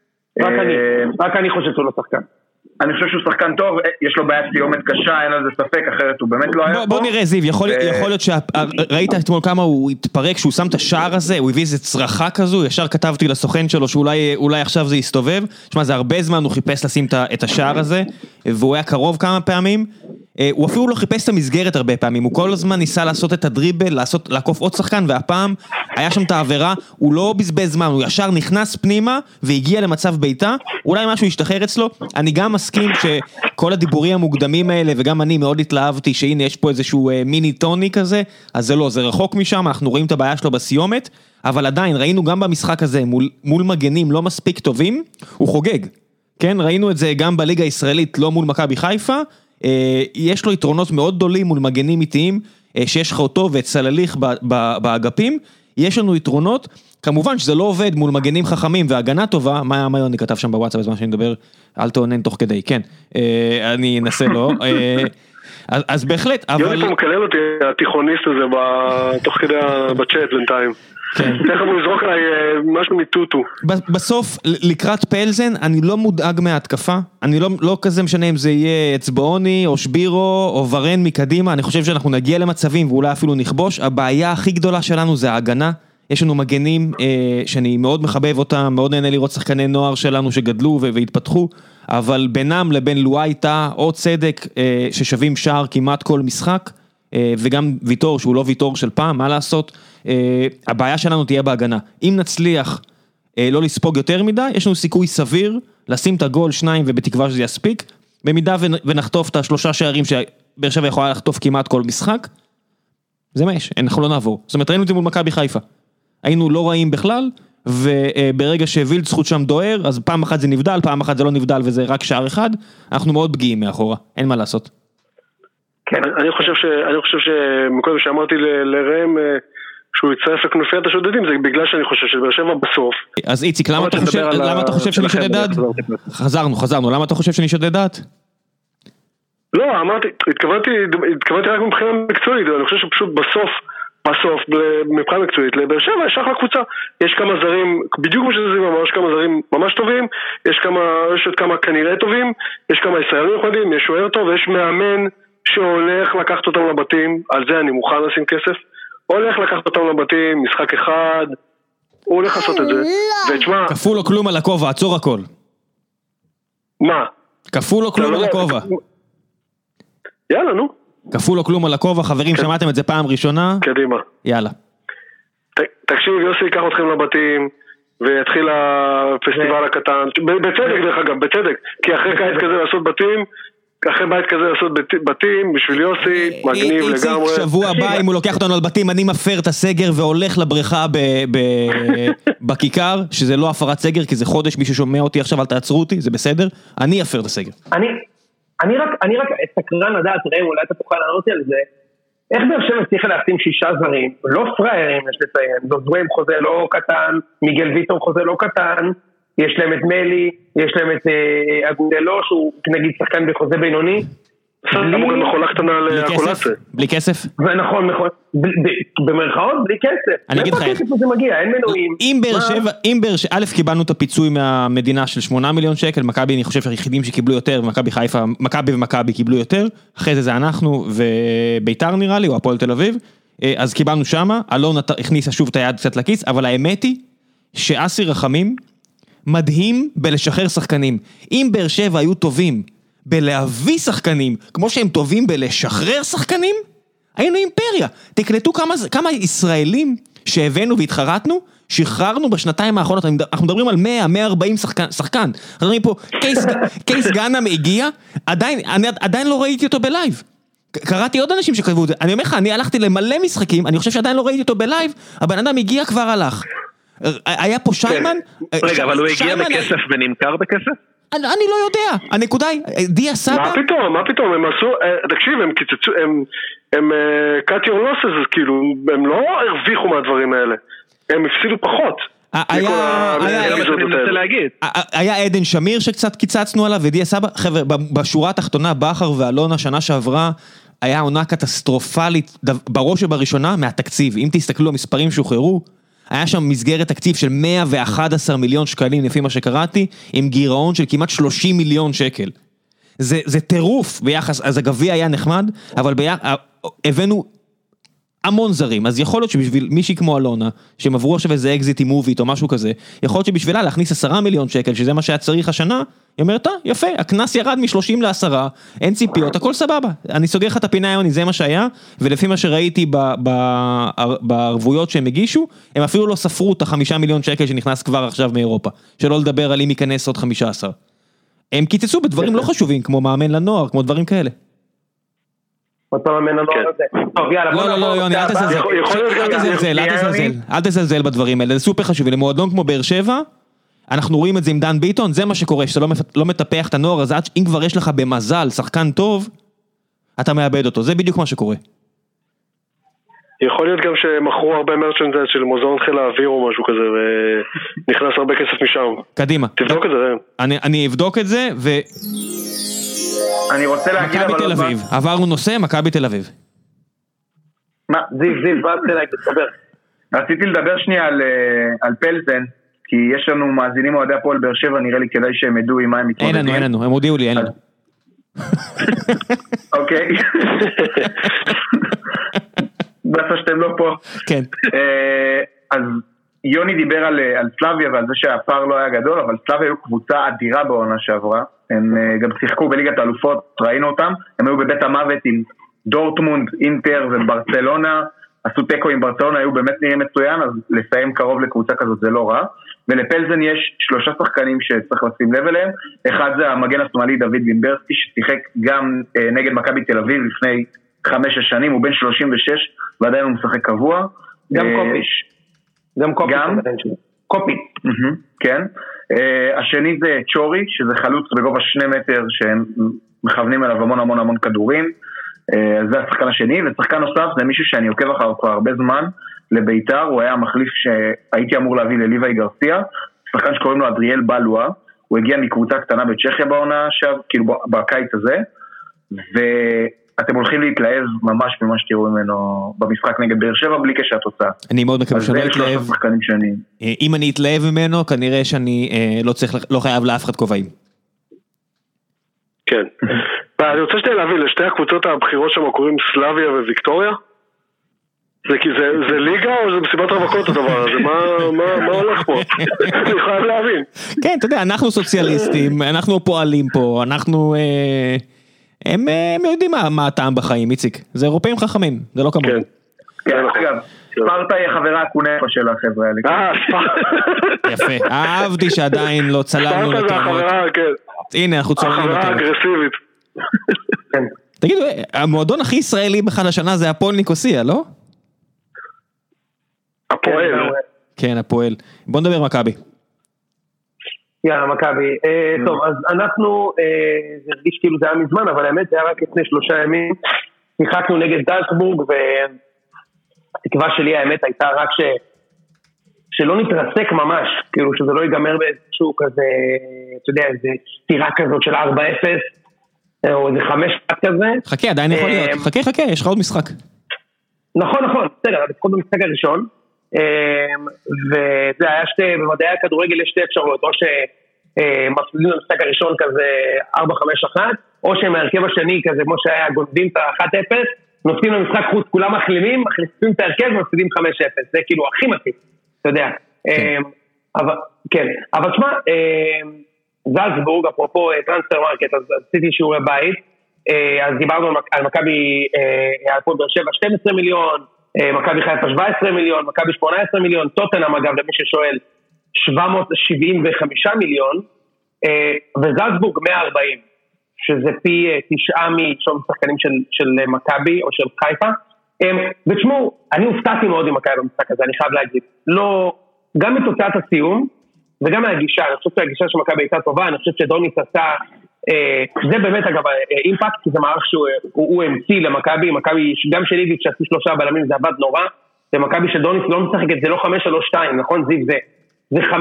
רק אני חושב שהוא לא שחקן. אני חושב שהוא שחקן טוב, יש לו בעיה סיומת קשה, אין על זה ספק, אחרת הוא באמת לא היה פה. בוא נראה זיו, יכול להיות שראית אתמול כמה הוא התפרק, שהוא שם את השער הזה, הוא הביא איזה צרחה כזו, ישר כתבתי לסוכן שלו שאולי עכשיו זה יסתובב, שמה זה הרבה זמן הוא חיפש לשים את השער הזה, והוא היה קרוב כמה פעמים, הוא אפילו לא חיפש את המסגרת הרבה פעמים, הוא כל הזמן ניסה לעשות את הדריבל, לעקוף עוד שחקן, והפעם היה שם את העבירה, הוא לא בזבז זמן, הוא ישר נכנס פנימה והגיע למצב ביתה, אולי משהו ישתחרר אצלו, אני גם מסכים שכל הדיבורים המוקדמים האלה, וגם אני מאוד התלהבתי שהנה יש פה איזשהו מיני טוני כזה, אז זה לא, זה רחוק משם, אנחנו רואים את הבעיה שלו בסיומת, אבל עדיין ראינו גם במשחק הזה, מול מגנים לא מספיק טובים, הוא חוגג, כן, ראינו את זה גם בליגה הישראלית, לא מול מכבי חיפה, יש לו יתרונות מאוד גדולים מול מגנים איטיים, שיש לך אותו ואת סלליך באגפים, יש לנו יתרונות, כמובן שזה לא עובד מול מגנים חכמים והגנה טובה, מה יוני כתב שם בוואטסאפ בזמן שאני מדבר, אל תעונן תוך כדי, כן, אני אנסה לו, אז בהחלט, אבל... יוני פה מקלל אותי, התיכוניסט הזה, תוך כדי בצ'אט בינתיים. תכף הוא יזרוק עליי משהו מטוטו. בסוף, לקראת פלזן, אני לא מודאג מההתקפה, אני לא כזה משנה אם זה יהיה אצבעוני, או שבירו, או ורן מקדימה, אני חושב שאנחנו נגיע למצבים, ואולי אפילו נכבוש, הבעיה הכי גדולה שלנו זה ההגנה, יש לנו מגנים שאני מאוד מחבב אותם, מאוד נהנה לראות שחקני נוער שלנו שגדלו והתפתחו, אבל בינם לבין לואייטה או צדק ששווים שער כמעט כל משחק, וגם ויתור שהוא לא ויתור של פעם, מה לעשות? הבעיה שלנו תהיה בהגנה. אם נצליח לא לספוג יותר מדי, יש לנו סיכוי סביר לשים את הגול 2 ובתקווה שזה יספיק, במידה ונחטוף את 3 שערים שבאר שבע יכולה לחטוף כמעט כל משחק, זה מה יש, אנחנו לא נעבור. זאת אומרת, ראינו את זה מול מכבי חיפה. היינו לא רעים בכלל, וברגע שווילדסחוט שם דוהר, אז פעם אחת זה נבדל, פעם אחת זה לא נבדל וזה רק שער אחד, אנחנו מאוד פגיעים מאחורה, אין מה לעשות. כן, אני חושב שמקודם שאמרתי לרם שהוא יצטרף לכנופיית השודדים, זה בגלל שאני חושב שבאר שבע בסוף. אז איציק, למה אתה חושב שאני שודד דעת? חזרנו, למה אתה חושב שאני שודד דעת? לא, אמרתי, התכוונתי רק מבחינה מקצועית, אני חושב שפשוט בסוף, מבחינה מקצועית, לבאר שבע יש אחלה קבוצה, יש כמה זרים, בדיוק כמו שזה ממש כמה זרים ממש טובים, יש עוד כמה כנראה טובים, יש כמה ישראלים יכולים, יש שוער טוב, ויש מאמן שהולך לקחת אותם לבתים, על זה אני מוכן לשים כסף, הולך לקחת אותם לבתים, משחק אחד, הוא הולך לעשות את זה, ותשמע... כפו לו כלום על הכובע, עצור הכל. מה? כפו לו כלום על הכובע. יאללה, נו. כפול או כלום על הכובע, חברים, שמעתם את זה פעם ראשונה? קדימה. יאללה. תקשיב, יוסי ייקח אתכם לבתים, ויתחיל הפסטיבל הקטן, בצדק דרך אגב, בצדק, כי אחרי קיץ כזה לעשות בתים, אחרי בית כזה לעשות בתים, בשביל יוסי, מגניב לגמרי. איציק, שבוע הבא, אם הוא לוקח אותנו על בתים, אני מפר את הסגר והולך לבריכה בכיכר, שזה לא הפרת סגר, כי זה חודש, מישהו שומע אותי עכשיו, אל תעצרו אותי, זה בסדר, אני אפר את הסגר. אני רק סקרן לדעת, ראם, אולי אתה תוכל לענות על זה, איך באר שבע צריכה להחתים 6 זרים, לא פריירים יש לציין, זוזויים חוזה לא קטן, מיגל ויטור חוזה לא קטן, יש להם את מלי, יש להם את אגודלו, שהוא נגיד שחקן בחוזה בינוני. שמו גם מחולה קטנה להקולציה. בלי כסף? ונכון, במרכאות בלי כסף. אני אגיד לך, איפה הכסף הזה מגיע? אין מנועים. אם באר שבע, א' קיבלנו את הפיצוי מהמדינה של 8 מיליון שקל, מכבי אני חושב שהיחידים שקיבלו יותר, ומכבי חיפה, מכבי ומכבי קיבלו יותר, אחרי זה אנחנו וביתר נראה לי, או הפועל תל אביב, אז קיבלנו שמה, אלון הכניסה שוב את היד קצת לכיס, אבל האמת היא שאסי רחמים מדהים בלשחרר שחקנים. אם באר שבע היו טובים בלהביא שחקנים, כמו שהם טובים בלשחרר שחקנים, היינו אימפריה. תקלטו כמה ישראלים שהבאנו והתחרטנו, שחררנו בשנתיים האחרונות, אנחנו מדברים על 100-140 שחקן. אנחנו מדברים פה, קייס גאנם הגיע, עדיין לא ראיתי אותו בלייב. קראתי עוד אנשים שכתבו את זה. אני אומר לך, אני הלכתי למלא משחקים, אני חושב שעדיין לא ראיתי אותו בלייב, הבן אדם הגיע כבר הלך. היה פה שיימן. רגע, אבל הוא הגיע בכסף ונמכר בכסף? אני לא יודע, הנקודה היא, דיה סבא. מה פתאום, הם עשו, תקשיב, הם קיצצו, הם cut your losses, אז כאילו, הם לא הרוויחו מהדברים האלה, הם הפסידו פחות. היה עדן שמיר שקצת קיצצנו עליו, ודיה סבא, חבר'ה, בשורה התחתונה, בכר ואלונה שנה שעברה, היה עונה קטסטרופלית, בראש ובראשונה, מהתקציב. אם תסתכלו המספרים שוחררו, היה שם מסגרת תקציב של 111 מיליון שקלים, לפי מה שקראתי, עם גירעון של כמעט 30 מיליון שקל. זה טירוף ביחס, אז הגביע היה נחמד, אבל הבאנו המון זרים, אז יכול להיות שבשביל מישהי כמו אלונה, שהם עברו עכשיו איזה אקזיט עם מוביט או משהו כזה, יכול להיות שבשבילה להכניס 10 מיליון שקל, שזה מה שהיה צריך השנה, היא אומרת, יפה, הכנס ירד מ-30 ל10, אין ציפיות, הכל סבבה, אני סוגר לך את הפינה יוני, זה מה שהיה, ולפי מה שראיתי בערבויות שהם הגישו, הם אפילו לא ספרו את 5 מיליון שקל שנכנס כבר עכשיו מאירופה, שלא לדבר על אם ייכנס עוד 15. הם קיצצו בדברים לא חשובים, כמו מאמן לנוער, כמו דברים כאלה. לא, יוני, אל תזלזל בדברים האלה, זה סופר חשוב, למועדון כמו באר שבע, אנחנו רואים את זה עם דן ביטון, זה מה שקורה, שאתה לא מטפח את הנוער, אז אם כבר יש לך במזל שחקן טוב, אתה מאבד אותו, זה בדיוק מה שקורה. יכול להיות גם שמכרו הרבה מרצ'נדייז של מוזיאון חיל האוויר או משהו כזה, ונכנס הרבה כסף משם. קדימה. תבדוק את זה. אני אבדוק את זה, אני רוצה להגיד מכבי תל אביב, עברנו נושא, מכבי תל אביב. מה? זיו, מה רוצה להגיד? תדבר. רציתי לדבר שנייה על פלזן, כי יש לנו מאזינים אוהדי הפועל באר שבע, נראה לי כדאי שהם ידעו עם מה הם מתמודדים. אין לנו, הם הודיעו לי, אין לנו. אוקיי. בסדר שאתם לא פה. כן. אז יוני דיבר על סלאביה ועל זה שהפער לא היה גדול, אבל סלאביה היו קבוצה אדירה בעונה שעברה. הם גם שיחקו בליגת האלופות, ראינו אותם, הם היו בבית המוות עם דורטמונד, אינטר וברצלונה, עשו טקו עם ברצלונה, היו באמת נראים מצוין, אז לסיים קרוב לקבוצה כזאת זה לא רע, ולפלזן יש 3 שחקנים שצריך לשים לב אליהם, אחד זה המגן השמאלי דוד לימברסקי, ששיחק גם נגד מכבי תל אביב לפני 5 שנים, הוא בן 36, ועדיין הוא משחק קבוע. גם קופי. כן. השני זה צ'ורי, שזה חלוץ בגובה 2 מטר, שהם מכוונים אליו המון כדורים, זה השחקן השני, ושחקן נוסף זה מישהו שאני עוקב אחריו כבר הרבה זמן, לביתר, הוא היה המחליף שהייתי אמור להביא לליוואי גרסיה, שחקן שקוראים לו אדריאל בלואה, הוא הגיע מקבוצה קטנה בצ'כיה בעונה, כאילו בקיץ הזה, ואתם הולכים להתלהב ממש ממה שתראו ממנו במשחק נגד באר שבע, בלי קשר התוצאה. אני מאוד מקווה שלא אתלהב. אם אני אתלהב ממנו, כנראה שאני לא חייב לאף אחד כובעים. כן. אני רוצה שתהיה להבין, לשתי הקבוצות הבחירות שם קוראים סלאביה וויקטוריה? זה ליגה או זה מסיבת רווקות הדבר הזה? מה הולך פה? אני חייב להבין. כן, אתה יודע, אנחנו סוציאליסטים, אנחנו פועלים פה, אנחנו הם יודעים מה הטעם בחיים, איציק. זה אירופאים חכמים, זה לא כמובן. כן, אגב, ספרטה היא חברה הקונפה של החבר'ה האלה. ספרטה. יפה, אהבתי שעדיין לא צללנו ספרטה זה החברה, כן. הנה, אנחנו צוללים החברה האגרסיבית. תגידו, המועדון הכי ישראלי בחד השנה זה הפועל ניקוסיה, לא? הפועל. כן, הפועל. בוא נדבר מכבי. יאללה, מכבי. טוב, אז אנחנו, זה הרגיש כאילו זה היה מזמן, אבל האמת זה היה רק לפני 3 ימים. שיחקנו נגד זלצבורג, והתקווה שלי האמת הייתה רק שלא נתרסק ממש, כאילו שזה לא ייגמר באיזשהו כזה, אתה יודע, איזו סתירה כזאת של 4-0, או איזה 5-1 כזה. חכה, עדיין יכול להיות. חכה, יש לך עוד משחק. נכון, בסדר, לפחות במשחק הראשון, וזה היה במדעי הכדורגל יש 2 אפשרויות, או שמפסידים במשחק הראשון כזה 4-5-1, או שמהרכב השני כזה, כמו שהיה גונבים את ה-1-0, נוסעים למשחק חוץ, כולם מחלימים, מחליפים את ההרכב ומפסידים 5-0, זה כאילו הכי מתאים, אתה יודע. אבל שמה, זלצבורג, אפרופו טרנספר מרקט, אז עשיתי שיעורי בית, אז דיברנו על מכבי, על פה באר שבע 12 מיליון, מכבי חיפה 17 מיליון, מכבי 18 מיליון, טוטנהאם אגב למי ששואל 775 מיליון, וזלצבורג 140, שזה פי 9 משום שחקנים של מכבי או של חיפה. ותשמעו, אני הופתעתי מאוד עם מכבי במשחק הזה, אני חייב להגיד, לא, גם מתוצאת הסיום וגם מהגישה, אני חושב שהגישה של מכבי הייתה טובה, אני חושב שדוניס עשה, זה באמת אגב אימפקט, כי זה מערך שהוא המציא למכבי, מכבי גם של איביץ' שעשו 3 בלמים, זה עבד נורא, ומכבי של דוניס לא משחקת, זה לא 5-3-2, נכון זיו, זה 5-2,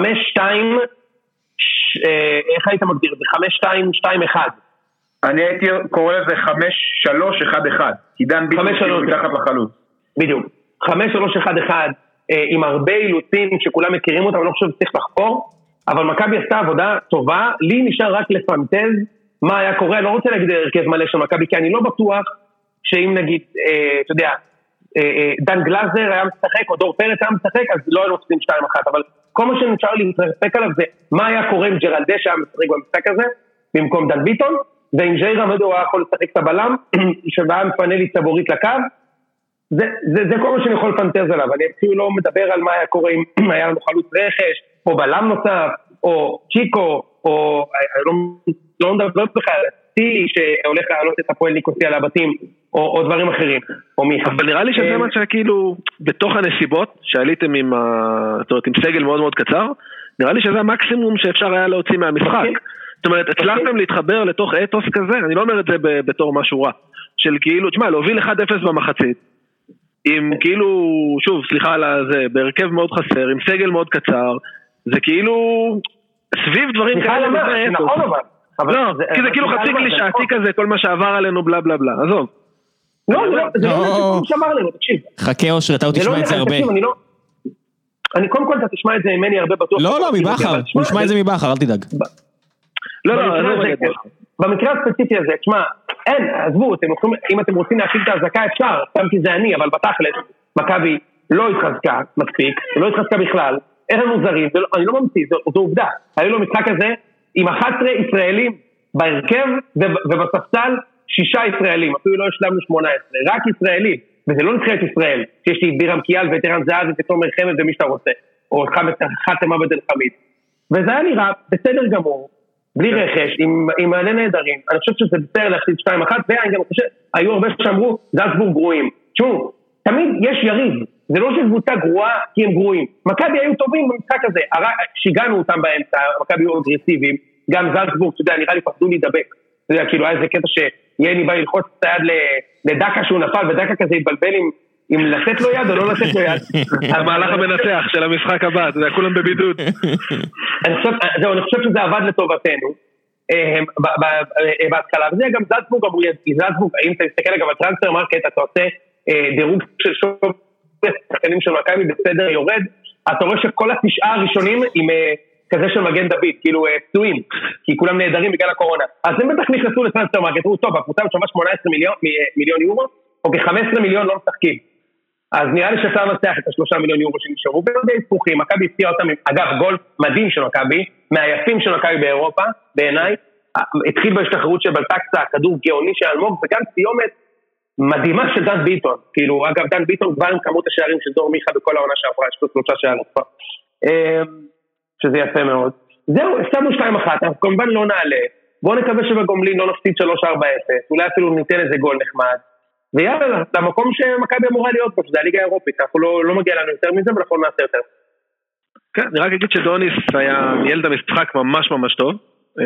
איך היית מגדיר? זה 5-2-2-1. אני הייתי קורא לזה 5-3-1-1, כי דן ביטון מתחת לחלוץ. בדיוק, 5-3-1-1, עם הרבה אילוצים שכולם מכירים אותם, אני לא חושב שצריך לחפור, אבל מכבי עשתה עבודה טובה, לי נשאר רק לפנטז מה היה קורה, אני לא רוצה להגיד הרכב מלא של מכבי, כי אני לא בטוח שאם נגיד, אתה יודע, דן גלאזר היה משחק, או דור פרץ היה משחק, אז לא היינו עושים 2-1, אבל כל מה שנשאר לי להתרסק עליו זה מה היה קורה עם ג'רלדה שהיה משחק במשחק הזה, במקום דן ביטון, ועם ג'יי רמדו היה יכול לשחק את הבלם, שהיה מפנה לי צבורית לקו, זה כל מה שאני יכול לפנטז עליו, אני אפילו לא מדבר על מה היה קורה אם היה לנו חלוץ רכש, או בלם נוסף, או צ'יקו, או לא מדבר בכלל, טילי שהולך לעלות את הפועל ניקוסיה לבתים, או דברים אחרים, או מיכה. אבל נראה לי שזה מה שכאילו, בתוך הנסיבות, שעליתם עם סגל מאוד מאוד קצר, נראה לי שזה המקסימום שאפשר היה להוציא מהמשחק. זאת אומרת, הצלחתם להתחבר לתוך אתוס כזה, אני לא אומר את זה בתור משהו רע, של כאילו, תשמע, להוביל 1-0 במחצית, עם כאילו, שוב, סליחה על זה, בהרכב מאוד חסר, עם סגל מאוד קצר, זה כאילו, סביב דברים כאלה, נכון אבל, לא, כי זה כאילו חצי קלישאתי כזה, כל מה שעבר עלינו, בלה בלה בלה, עזוב. לא, זה לא מה שאמר עלינו, תקשיב. חכה אושר, אתה עוד תשמע את זה הרבה. אני קודם כל אתה תשמע את זה ממני הרבה בטוח. לא, מבחר, נשמע את זה מבחר, אל תדאג. במקרה הספציפי הזה, תשמע, אין, עזבו, אם אתם רוצים להשיג את ההזקה אפשר, סתם כי זה אני, אבל בתכלס, מכבי לא התחזקה מספיק, לא התחזקה בכלל, אין לנו זרים, אני לא ממציא, זו עובדה, היה לו משחק הזה עם 11 ישראלים בהרכב ובספסל 6 ישראלים, אפילו לא השלמנו 18, רק ישראלים, וזה לא נבחרת ישראל, שיש לי בירם קיאל וטרן זהב ותומר חמד ומי שאתה רוצה, או חתם עבד אל חמיד, וזה היה נראה בסדר גמור, בלי רכש, עם מעלה נהדרים, אני חושב שזה בסדר להחליט 2-1, ואני גם חושב, היו הרבה שאמרו, זלצבורג גרועים. תשמעו, תמיד יש יריב, זה לא שקבוצה גרועה, כי הם גרועים. מכבי היו טובים במשחק הזה, שיגענו אותם באמצע, מכבי היו אגרסיביים, גם זלצבורג, אתה יודע, נראה לי פחדו להידבק. אתה יודע, כאילו היה איזה קטע שיני בא ללחוץ את היד לדקה שהוא נפל, ודקה כזה התבלבל אם לתת לו יד או לא לתת לו יד. המהלך המנצח של המשחק הבא, זה כולם בבידוד. אני חושב שזה עבד לטובתנו בהתחלה, וזה גם זלצבורג, אם אתה מסתכל אגב על טרנספר מרקט, אתה עושה דירוג של שוב שחקנים של מכבי בסדר יורד, אתה רואה שכל 9 הראשונים עם כזה של מגן דוד, כאילו פצועים, כי כולם נהדרים בגלל הקורונה, אז הם בטח נכנסו לטרנספר מרקט, הוא טוב, הקבוצה שווה 18 מיליון יורו, או כ-15 מיליון לא משחקים. אז נראה לי שאפשר לנצח את ה3 מיליון יורו שנשארו, ודי ספוכים, מכבי הפתיע אותם, אגב, גול מדהים של מכבי, מהיפים של מכבי באירופה, בעיניי, התחיל בהשתחררות של בלטקסה, כדור גאוני של אלמוג, וגם סיומת מדהימה של דן ביטון, כאילו אגב דן ביטון כבר עם כמות השערים של דור מיכה בכל העונה שעברה, יש לו 3 שערים כבר, שזה יפה מאוד. זהו, הפסדנו 2-1, אנחנו כמובן לא נעלה, בואו נקווה שבגומלין לא נפסיד 3-4-0, אולי אפילו ניתן איזה גול נחמד, ויאללה, למקום שמכבי אמורה להיות פה, שזה הליגה האירופית, אנחנו לא מגיע לנו יותר מזה, ואנחנו נעשה יותר. כן, אני רק אגיד שדוניס היה ניהל את המשחק ממש ממש טוב.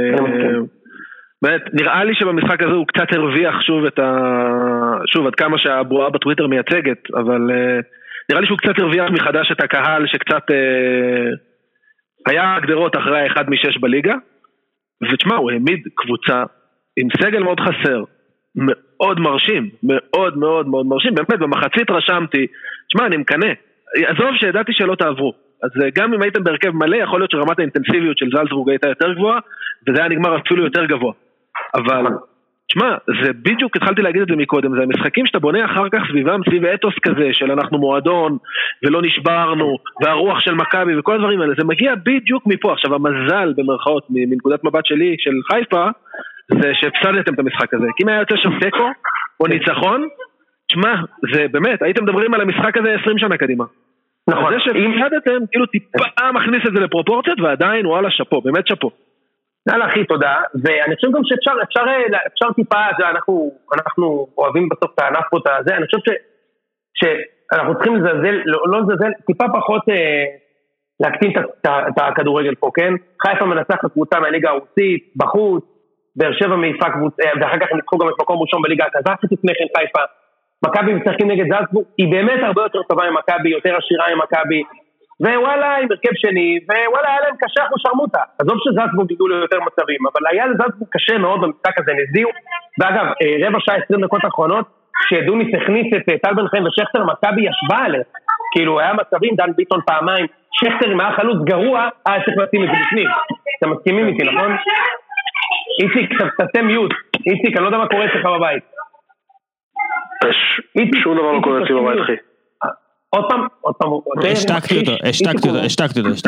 באמת, נראה לי שבמשחק הזה הוא קצת הרוויח שוב עד כמה שהבועה בטוויטר מייצגת, אבל נראה לי שהוא קצת הרוויח מחדש את הקהל שקצת היה הגדרות אחרי 1 מ-6 בליגה, ותשמע, הוא העמיד קבוצה עם סגל מאוד חסר, מאוד מרשים, מאוד מאוד מאוד מרשים, באמת במחצית רשמתי, תשמע, אני מקנה, עזוב שידעתי שלא תעברו, אז גם אם הייתם בהרכב מלא, יכול להיות שרמת האינטנסיביות של זלצבורג הייתה יותר גבוהה, וזה היה נגמר אפילו יותר גבוה. אבל, תשמע, זה בדיוק, התחלתי להגיד את זה מקודם, זה המשחקים שאתה בונה אחר כך סביבם, סביב אתוס כזה, של אנחנו מועדון, ולא נשברנו, והרוח של מכבי, וכל הדברים האלה, זה מגיע בדיוק מפה. עכשיו, המזל, במרכאות, מנקודת מבט שלי, של חיפה, זה שהפסדתם את המשחק הזה. כי אם היה יוצא שם תיקו, או ניצחון, תשמע, זה באמת, הייתם מדברים על המשחק הזה 20 שנה קדימה. נכון. זה שהפסדתם, כאילו טיפה מכניס את זה לפרופורציות, ועדיין, וואלה, שפו, באמת שפו. יאללה אחי, תודה, ואני חושב גם שאפשר טיפה, אנחנו אוהבים בסוף את הענף פה, אני חושב שאנחנו צריכים לזלזל, לא לזלזל, טיפה פחות להקטין את הכדורגל פה, כן? חיפה מנצח לקבוצה מהליגה הרוסית, בחוץ, באר שבע מעיפה קבוצה, ואחר כך הם ניצחו גם את מקום ראשון בליגה הקזחית לפני כן חיפה, מכבי משחקים נגד זלצבורג, היא באמת הרבה יותר טובה ממכבי, יותר עשירה ממכבי, ווואלה, עם הרכב שני, ווואלה, היה להם קשה אחו שרמוטה. עזוב שזלצבורג גידו ליותר מצבים, אבל היה לזלצבורג קשה מאוד במשחק הזה, נזיעו. ואגב, רבע שעה 20 דקות האחרונות, שדוניס הכניס את טל בן חיים ושכטר, מכבי ישבה עליה. כאילו, היה מצבים, דן ביטון פעמיים, שכטר עם החלוץ גרוע, צריך לשים את זה בפנים. אתם מסכימים איתי, נכון? איציק, תעשה מיוט. איציק, אני לא יודע מה קורה אצלך בבית. שום דבר לא קורה אצלי בבית, אחי. עוד פעם, השתקתי אותו.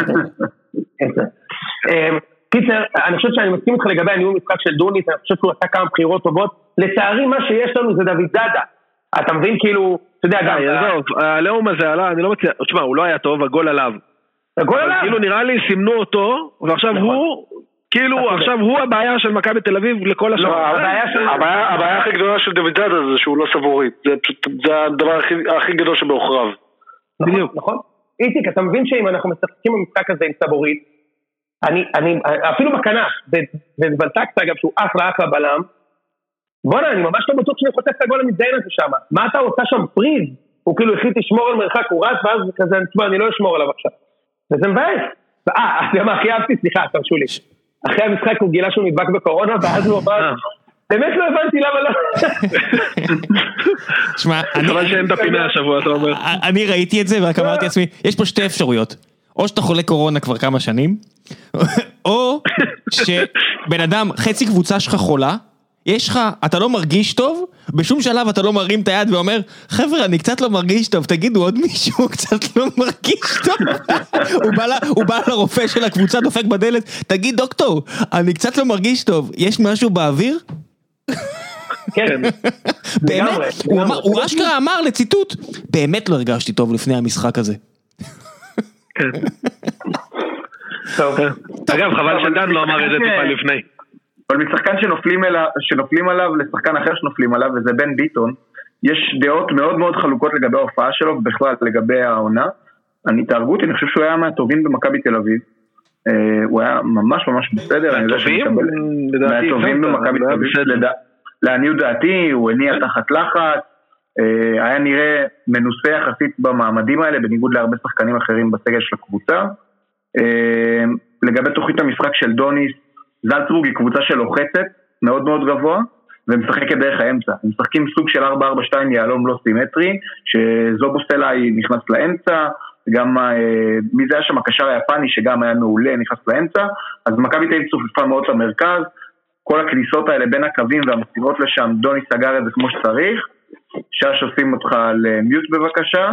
קיצר, אני חושב שאני מסכים איתך לגבי הניהול משחק של דוניס, אני חושב שהוא עשה כמה בחירות טובות, לצערי מה שיש לנו זה דוד זאדה, אתה מבין כאילו, אתה יודע גם, הלאום הזה עלה, אני לא מצליח, תשמע, הוא לא היה טוב, הגול עליו, כאילו נראה לי סימנו אותו, ועכשיו הוא, כאילו עכשיו הוא הבעיה של מכבי תל אביב לכל השעה. הבעיה הכי גדולה של דוד זאדה זה שהוא לא סבורית, זה הדבר הכי גדול שבאוכריו. בדיוק, נכון? איציק, אתה מבין שאם אנחנו משחקים במשחק הזה עם סבורית, אני אפילו בכנף, ובלטקסה אגב שהוא אחלה בלם, בוא'נה, אני ממש לא בטוח שאני חוטף את הגול המזדיין הזה שם. מה אתה עושה שם פריז? הוא כאילו החליט לשמור על מרחק, הוא רץ, ואז כזה, אני לא אשמור עליו עכשיו. וזה מבאס. מה הכי אהבתי? סליחה, תרשו לי. אחרי המשחק הוא גילה שהוא נדבק בקורונה, ואז הוא אמר, באמת לא הבנתי למה לא. שמע, אבל שאין את הפינה השבוע, אתה אומר. אני ראיתי את זה ורק אמרתי לעצמי, יש פה 2 אפשרויות. או שאתה חולה קורונה כבר כמה שנים, או שבן אדם, חצי קבוצה שלך חולה, יש לך, אתה לא מרגיש טוב, בשום שלב אתה לא מרים את היד ואומר, חבר'ה, אני קצת לא מרגיש טוב, תגידו עוד מישהו קצת לא מרגיש טוב. הוא בא לרופא של הקבוצה, דופק בדלת, תגיד דוקטור, אני קצת לא מרגיש טוב, יש משהו באוויר? כן. באמת, הוא אשכרה אמר לציטוט, באמת לא הרגשתי טוב לפני המשחק הזה. כן. אגב, חבל שדן לא אמר את זה טיפה לפני. אבל משחקן שנופלים עליו לשחקן אחר שנופלים עליו, וזה בן ביטון, יש דעות מאוד מאוד חלוקות לגבי ההופעה שלו, ובכלל לגבי העונה. אני תהרגות, אני חושב שהוא היה מהטובים במכבי תל אביב. הוא היה ממש ממש בסדר. מהטובים במכבי תל אביב. לעניות דעתי, הוא הניע תחת לחץ, היה נראה מנוסה יחסית במעמדים האלה, בניגוד להרבה שחקנים אחרים בסגל של הקבוצה. לגבי תוכנית המשחק של דוניס, זלצבורג היא קבוצה שלוחצת, מאוד מאוד גבוה, ומשחקת דרך האמצע. הם משחקים סוג של 4-4-2 יעלום לא סימטרי, שזובוסלאי נכנס לאמצע, גם מי זה היה שם הקשר היפני שגם היה מעולה, נכנס לאמצע, אז מכבי תל אביב צופפה מאוד למרכז, כל הכניסות האלה בין הקווים והמסירות לשם, דוני סגר את זה כמו שצריך, שש עושים אותך למיוט בבקשה,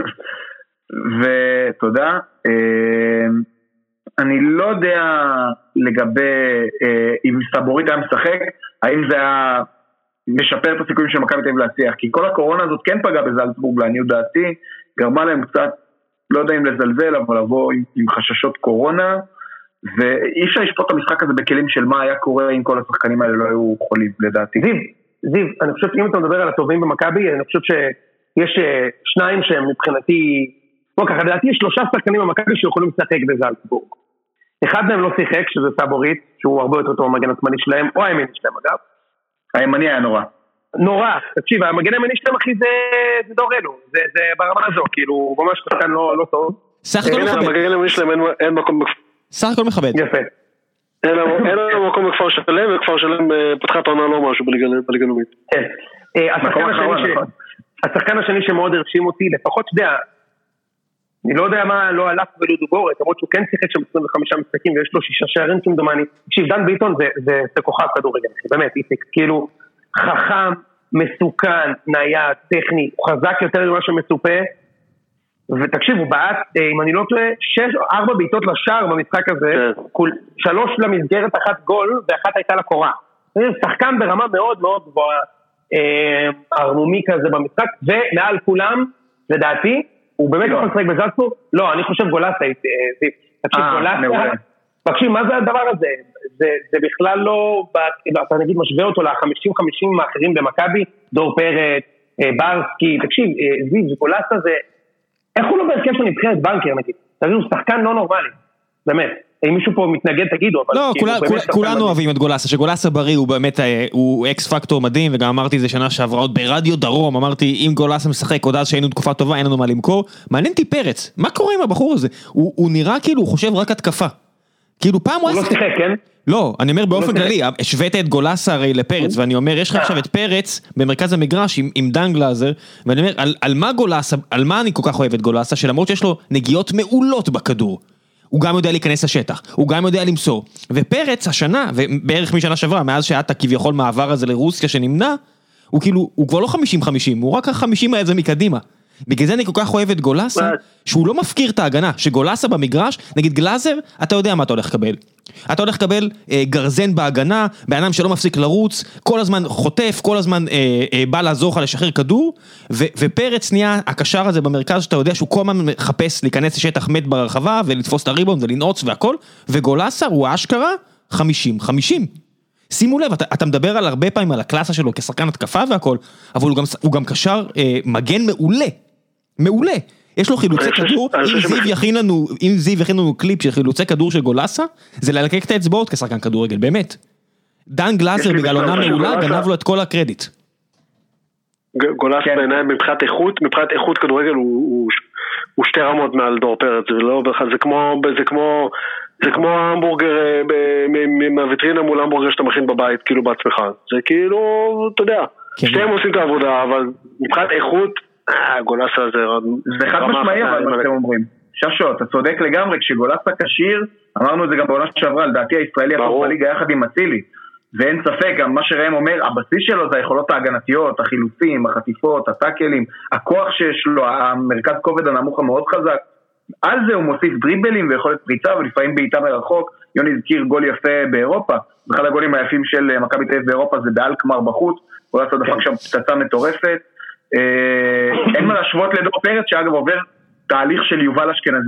ותודה. אני לא יודע לגבי אם סבורית היה משחק, האם זה היה משפר את הסיכויים של מכבי תל אביב להצליח, כי כל הקורונה הזאת כן פגעה בזלצבורג, לעניות דעתי, גרמה להם קצת, לא יודע אם לזלזל, אבל לבוא עם חששות קורונה, ואי אפשר לשפוט את המשחק הזה בכלים של מה היה קורה אם כל השחקנים האלה לא היו חולים, לדעתי. זיו, אני חושב שאם אתה מדבר על הטובים במכבי, אני חושב שיש שניים שהם מבחינתי, לא ככה, לדעתי יש 3 שחקנים במכבי שיכולים לשחק בזלצבורג. אחד מהם לא שיחק, שזה סבורית, שהוא הרבה יותר טוב המגן עצמני שלהם, או הימני שלהם אגב. הימני היה נורא. נורא, תקשיב, המגן הימני שלהם אחי זה דור אלו, זה ברמה הזו, כאילו, הוא ממש שחקן לא טוב. סך הכל מכבד. המגן הימני שלהם אין מקום בכפר. סך הכל מכבד. יפה. אין לנו מקום בכפר שלם, וכפר שלם פתחה פעונה לא משהו בליגה לאומית. כן. השחקן השני שמאוד הרשים אותי, לפחות שדע, אני לא יודע מה לא הלך ולא דובורת, למרות שהוא כן שיחק שם 25 משחקים ויש לו 6 שערים כמדומני. תקשיב, דן ביטון זה כוכב כדורגל, באמת, איציק, כאילו חכם, מסוכן, נייד, טכני, הוא חזק יותר ממה שמצופה, ותקשיב, הוא בעט, אם אני לא טועה, 4 בעיטות לשער במשחק הזה, 3 למסגרת, 1 גול, ו1 הייתה לקורה. שחקן ברמה מאוד מאוד גבוהה, הרמומי כזה במשחק, ומעל כולם, לדעתי, הוא באמת יכול לשחק בזלצבורג? לא, אני חושב גולסה, תקשיב, גולסה, תקשיב, מה זה הדבר הזה? זה בכלל לא, אתה נגיד משווה אותו ל50-50 האחרים במכבי, דור פרץ, ברסקי, תקשיב, זיו, גולסה זה, איך הוא לא בהרכב של נבחרת בנקר נגיד? תראו, הוא שחקן לא נורמלי, באמת. אם מישהו פה מתנגד תגידו, אבל... לא, כולנו אוהבים את גולסה, שגולסה בריא הוא באמת, הוא אקס פקטור מדהים, וגם אמרתי זה שנה שעברה עוד ברדיו דרום, אמרתי אם גולסה משחק עוד אז שהיינו תקופה טובה, אין לנו מה למכור, מעניין אותי פרץ, מה קורה עם הבחור הזה? הוא נראה כאילו, הוא חושב רק התקפה. כאילו פעם הוא לא שיחק, כן? לא, אני אומר באופן כללי, השווית את גולסה הרי לפרץ, ואני אומר, יש לך עכשיו את פרץ במרכז המגרש עם דן גלאזר, ואני אומר, על מה גולסה, על מה אני כל כך אוהב את גולסה, שלמרות שיש לו נגיעות מעולות בכדור, הוא גם יודע להיכנס לשטח, הוא גם יודע למסור, ופרץ השנה, ובערך משנה שעברה, מאז שהיה כביכול מעבר הזה לרוסיה שנמנע, הוא כאילו, הוא כבר לא 50-50, הוא רק 50 הזה מקדימה. בגלל זה אני כל כך אוהב את גולסה, שהוא לא מפקיר את ההגנה, שגולסה במגרש, נגיד גלאזר, אתה יודע מה אתה הולך לקבל. אתה הולך לקבל גרזן בהגנה, באדם שלא מפסיק לרוץ, כל הזמן חוטף, כל הזמן בא לעזור לך לשחרר כדור, ופרץ נהיה הקשר הזה במרכז, שאתה יודע שהוא כל הזמן מחפש להיכנס לשטח מת ברחבה, ולתפוס את הריבון ולנעוץ והכל, וגולסה הוא אשכרה 50-50. שימו לב, אתה מדבר על הרבה פעמים על הקלאסה שלו כשחקן התקפה והכל, אבל הוא גם קשר מגן מעולה. מעולה. יש לו חילוצי כדור, אם זיו יכין לנו קליפ של חילוצי כדור של גולסה, זה ללקק את האצבעות כשחקן כדורגל, באמת. דן גלאזר בגלל עונה מעולה, גנב לו את כל הקרדיט. גולסה בעיניי מבחינת איכות כדורגל הוא 2 רמות מעל דור פרץ, זה כמו המבורגר מהוויטרינה מול המבורגר שאתה מכין בבית, כאילו בעצמך. זה כאילו, אתה יודע, שתיהם עושים את העבודה, אבל מבחינת איכות, גולסה זה חד משמעי, אבל מה שאתם אומרים. ששו, אתה צודק לגמרי, כשגולסה כשיר, אמרנו את זה גם בעונה שעברה, לדעתי הישראלי הטוב בליגה יחד עם אצילי, ואין ספק, גם מה שראם אומר, הבסיס שלו זה היכולות ההגנתיות, החילוצים, החטיפות, הטאקלים, הכוח שיש לו, המרכז כובד הנמוך המאוד חזק, על זה הוא מוסיף דריבלים ויכולת פריצה, ולפעמים בעיטה מרחוק. יוני הזכיר גול יפה באירופה, אחד הגולים היפים של מכבי תל אביב באירופה זה באלקמר בחוץ, הוא עשה דפק שם פצצה מטורפת. אין מה להשוות לדור פרץ, שאגב עובר תהליך של יובל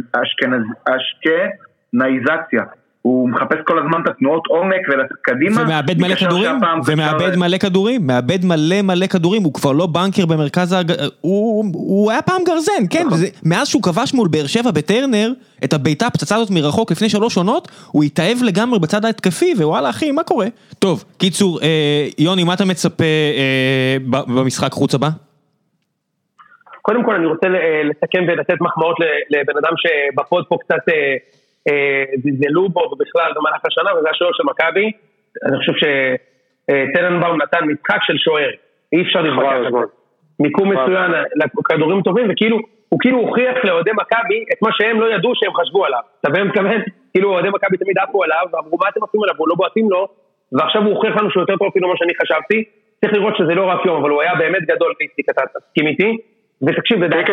אשכנזיזציה, הוא מחפש כל הזמן את התנועות עומק ולצאת קדימה, ומאבד מלא כדורים, הוא כבר לא בנקר במרכז, הוא היה פעם גרזן, כן, מאז שהוא כבש מול באר שבע בטרנר, את הביתה הפצצה הזאת מרחוק לפני 3 עונות, הוא התאהב לגמרי בצד ההתקפי, ווואלה אחי, מה קורה? טוב, קיצור, יוני, מה אתה מצפה במשחק חוץ הבא? קודם כל אני רוצה לסכם ולתת מחמאות לבן אדם שבפוד פה קצת זלזלו בו ובכלל במהלך השנה, וזה השוער של מכבי. אני חושב שטננבאום נתן משחק של שוער, אי אפשר להתווכח על זה. מיקום מצוין, כדורים טובים, וכאילו הוא כאילו הוכיח לאוהדי מכבי את מה שהם לא ידעו שהם חשבו עליו. אתה מבין מתכוון? כאילו אוהדי מכבי תמיד עפו עליו, ואמרו מה אתם עושים עליו, והוא לא בועטים לו, ועכשיו הוא הוכיח לנו שהוא יותר טוב אפילו מה שאני חשבתי. צריך לראות שזה לא רק יום, אבל הוא היה באמת גדול, אתה תסכים איתי. ותקשיב, לדעתי...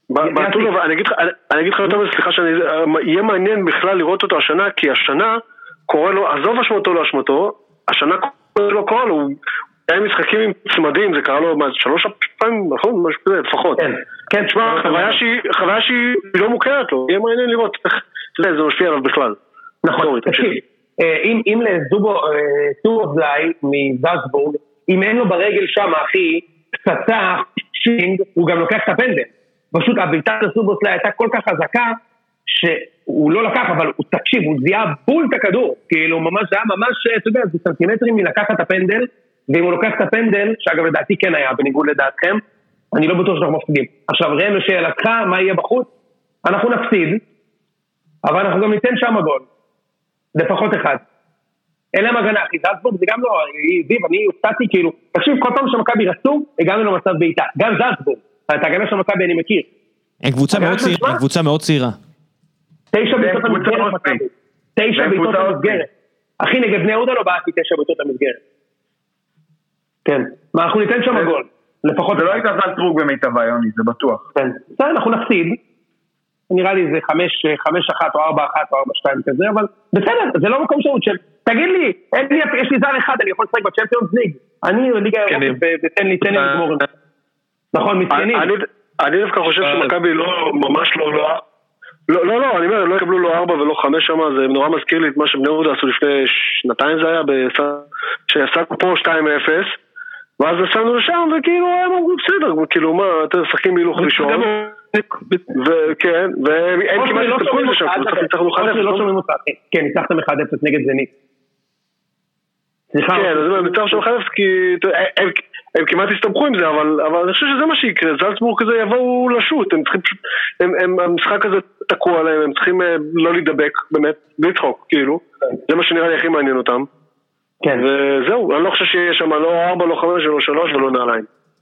אני אגיד לך יותר, סליחה, יהיה מעניין בכלל לראות אותו השנה, כי השנה קורא לו, עזוב אשמתו לא אשמתו, השנה לא קורא לו, היה משחקים עם צמדים, זה קרה לו 3 פעמים, נכון? משהו כזה, לפחות. כן, תשמע, חוויה שהיא לא מוכרת לו, יהיה מעניין לראות איך זה משפיע עליו בכלל. נכון, אם לזובוזלאי מזלצבורג, אם אין לו ברגל שם, אחי, פצצה, שינג, הוא גם לוקח את הפנדל. פשוט הביתה לזובוזלאי הייתה כל כך חזקה, שהוא לא לקח, אבל הוא תקשיב, הוא זיהה בול את הכדור, כאילו ממש, זה היה ממש, אתה יודע, זה סנטימטרים מלקח את הפנדל, ואם הוא לוקח את הפנדל, שאגב לדעתי כן היה, בניגוד לדעתכם, אני לא בטוח שאנחנו מפסידים. עכשיו רם לשאלתך, מה יהיה בחוץ? אנחנו נפסיד, אבל אנחנו גם ניתן שם גול. לפחות אחד. אין להם הגנה, אחי, זלצבורג זה גם לא, זיו, אני הופתעתי, כאילו, תקשיב, כל פעם שמכבי רצו, הגענו למצב בעיטה. גם זלצבורג, את ההגנה של מכבי אני מכיר. הם קבוצה מאוד צעירה. 9 בעיטות המסגרת, 9 בעיטות המסגרת. אחי, נגד בני יהודה לא באתי 9 בעיטות המסגרת. כן, מה, אנחנו ניתן שם גול. לפחות... זה לא הייתה זלצבורג במיטבה, יוני, זה בטוח. כן, בסדר, אנחנו נפסיד. נראה לי זה 5-1 או 4-1 או 4-2 כזה, אבל בסדר, זה לא מקום שירות של... תגיד לי, יש לי זר אחד, אני יכול לשחק בצ'מפיונס ליג. אני ליגה אירופית, ותן לי לגמור. נכון, מציינים. אני דווקא חושב שמכבי לא, ממש לא, אני אומר, הם לא יקבלו לו 4 ולא 5 שם, זה נורא מזכיר לי את מה שבני יהודה עשו לפני 2 זה היה, שעסקנו פה 2-0, ואז נסענו לשם, וכאילו, הם אמרו, בסדר, כאילו, מה, אתם משחקים בהילוך ראשון, וכן, והם כמעט הסתפקו את זה שם, ניצחנו 1-0. כן, ניצחתם 1-0 נגד זנית. כן, אז ניצחנו שם 1-0, כי הם כמעט הסתבכו עם זה, אבל אני חושב שזה מה שיקרה, זלצבורג כזה יבואו לשוט, הם צריכים פשוט, המשחק הזה תקוע עליהם, הם צריכים לא להידבק, באמת, בלי צחוק, כאילו, זה מה שנראה לי הכי מעניין אותם. כן. וזהו, אני לא חושב שיש שם לא 4, לא 5, לא 3 ולא נעליים.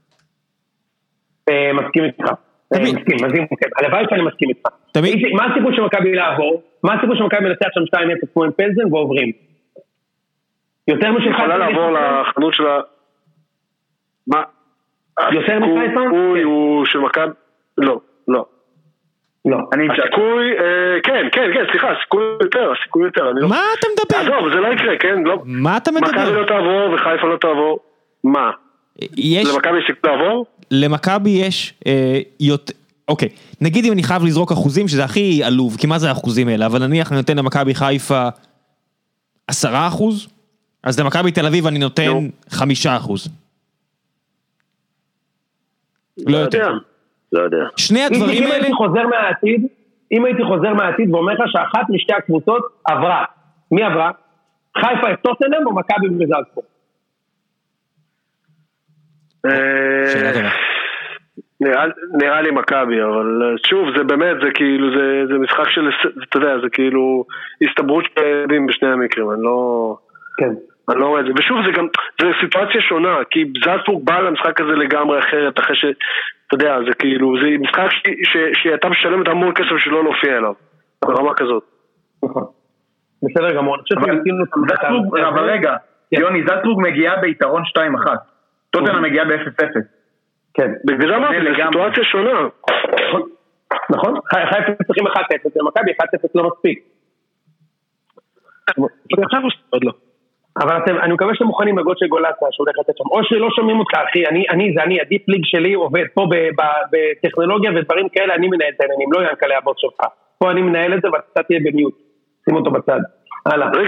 מסכים איתך. מסכים, הלוואי שאני מסכים איתך. מה הסיפור שמכבי לעבור? מה הסיפור שמכבי מנצח שם 2-0 כמו עם פלזן ועוברים? יותר משל חיפה? יכולה לעבור לחנות של ה... מה? יותר מחיפה? הסיכוי הוא של מכבי... לא. הסיכוי... כן, סליחה, הסיכוי יותר. מה אתה מדבר? עזוב, זה לא יקרה, כן? מה אתה מדבר? מכבי לא תעבור וחיפה לא תעבור. מה? למכבי יש סיכוי לעבור? למכבי יש... אוקיי, נגיד אם אני חייב לזרוק אחוזים, שזה הכי עלוב, כי מה זה האחוזים האלה? אבל נניח אני נותן למכבי חיפה 10%, אז למכבי תל אביב אני נותן 5%. לא יותר. לא יודע. שני הדברים האלה... אם הייתי חוזר מהעתיד ואומר לך שאחת משתי הקבוצות עברה. מי עברה? חיפה את טוטנהאם או מכבי וזלצבורג? נראה לי מכבי, אבל שוב, זה באמת, זה כאילו, זה משחק של, אתה יודע, זה כאילו הסתברות שפעדים בשני המקרים, אני לא רואה את זה, ושוב, זה גם, זה סיטואציה שונה, כי זלצבורג בא למשחק הזה לגמרי אחרת, אחרי ש, אתה יודע, זה כאילו, זה משחק שאתה משלם את המון כסף שלא נופיע אליו, ברמה כזאת. בסדר גמור, אבל רגע, יוני, זלצבורג מגיעה ביתרון 2-1, טוטנהאם מגיעה ב-0-0. כן. וזה אמרתי, זה סיטואציה שונה. נכון? חיפה צריכים 1-0, ומכבי 1-0 לא מספיק. עוד לא. אבל אני מקווה שאתם מוכנים לגול של גולאסה שהולך לתת שם, או שלא שומעים אותך אחי, אני הדיפ ליג שלי עובד, פה בטכנולוגיה ודברים כאלה, אני מנהל את העניינים, לא ינקלה הבוס שלך, פה אני מנהל את זה ואתה תהיה במיוט, שים אותו בצד. רגע,